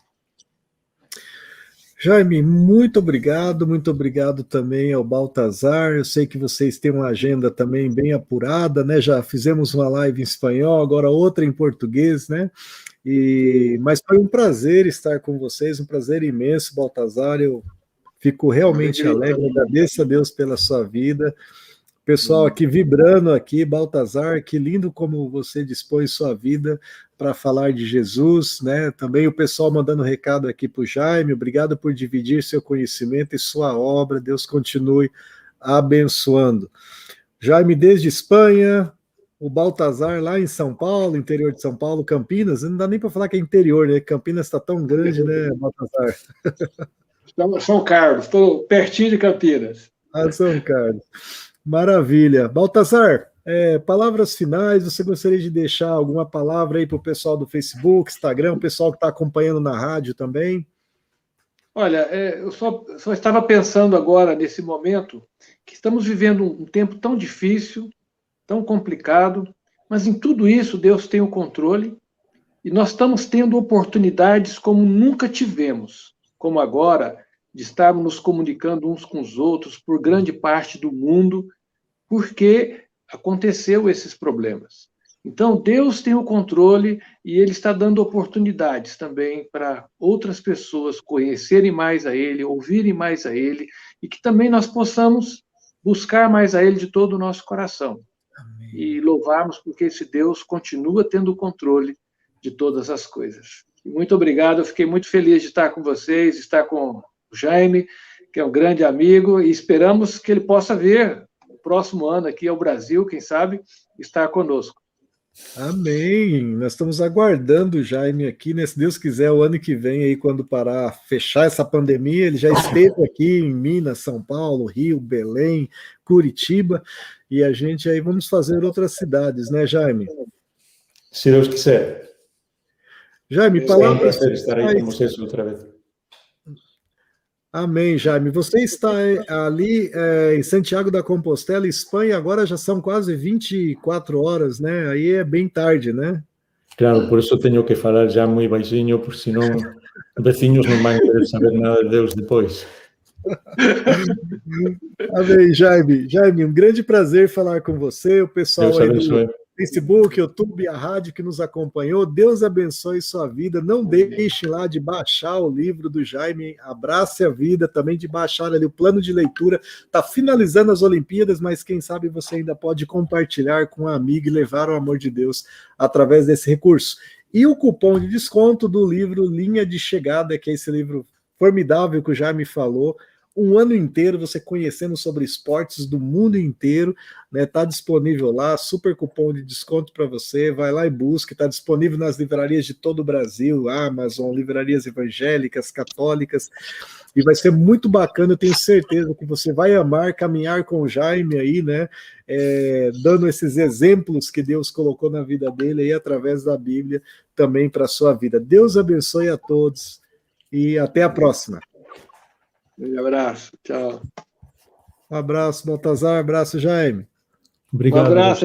Jaime, muito obrigado também ao Baltazar. Eu sei que vocês têm uma agenda também bem apurada, né? Já fizemos uma live em espanhol, agora outra em português, né? Mas foi um prazer estar com vocês, um prazer imenso, Baltazar. Eu fico realmente alegre, agradeço a Deus pela sua vida. Pessoal aqui vibrando aqui, Baltazar, que lindo como você dispõe sua vida para falar de Jesus, né? Também o pessoal mandando recado aqui para o Jaime, obrigado por dividir seu conhecimento e sua obra, Deus continue abençoando. Jaime desde Espanha, o Baltazar lá em São Paulo, interior de São Paulo, Campinas, não dá nem para falar que é interior, né? Campinas está tão grande, né, Baltazar? São Carlos, estou pertinho de Campinas. São Carlos. Maravilha. Baltazar, palavras finais, você gostaria de deixar alguma palavra aí para o pessoal do Facebook, Instagram, o pessoal que está acompanhando na rádio também? Olha, eu só estava pensando agora, nesse momento, que estamos vivendo um tempo tão difícil, tão complicado, mas em tudo isso Deus tem o controle e nós estamos tendo oportunidades como nunca tivemos, como agora, de estarmos nos comunicando uns com os outros por grande parte do mundo, porque aconteceu esses problemas. Então, Deus tem o controle e Ele está dando oportunidades também para outras pessoas conhecerem mais a Ele, ouvirem mais a Ele, e que também nós possamos buscar mais a Ele de todo o nosso coração. Amém. E louvarmos porque esse Deus continua tendo o controle de todas as coisas. Muito obrigado, eu fiquei muito feliz de estar com vocês, estar com o Jaime, que é um grande amigo, e esperamos que ele possa vir no próximo ano aqui ao Brasil, quem sabe, estar conosco. Amém. Nós estamos aguardando o Jaime aqui, né? Se Deus quiser, o ano que vem, aí, quando parar, fechar essa pandemia, ele já esteve aqui em Minas, São Paulo, Rio, Belém, Curitiba, e a gente aí vamos fazer outras cidades, né, Jaime? Se Deus quiser. Jaime, palavras. É um prazer estar aí com vocês outra vez. Amém, Jaime. Você está ali em Santiago da Compostela, Espanha, agora já são quase 24 horas, né? Aí é bem tarde, né? Claro, por eso teño que falar já moi baixinho, porque senón veciños non van querer saber nada de Deus depois. Amém, Jaime. Jaime, um grande prazer falar com você, o pessoal Deus aí do abençoe. Facebook, YouTube, a rádio que nos acompanhou. Deus abençoe sua vida. Não deixe lá de baixar o livro do Jaime, Abrace a Vida, também de baixar ali o plano de leitura. Está finalizando as Olimpíadas, mas quem sabe você ainda pode compartilhar com um amigo e levar o amor de Deus através desse recurso. E o cupom de desconto do livro Linha de Chegada, que é esse livro formidável que o Jaime falou. Um ano inteiro você conhecendo sobre esportes do mundo inteiro, né? Tá disponível lá, super cupom de desconto para você, vai lá e busque, tá disponível nas livrarias de todo o Brasil, Amazon, livrarias evangélicas, católicas, e vai ser muito bacana, eu tenho certeza que você vai amar caminhar com o Jaime aí, né? Dando esses exemplos que Deus colocou na vida dele aí através da Bíblia também para a sua vida. Deus abençoe a todos e até a próxima. Um abraço, tchau. Um abraço, Baltazar, abraço, Jaime. Obrigado. Um abraço.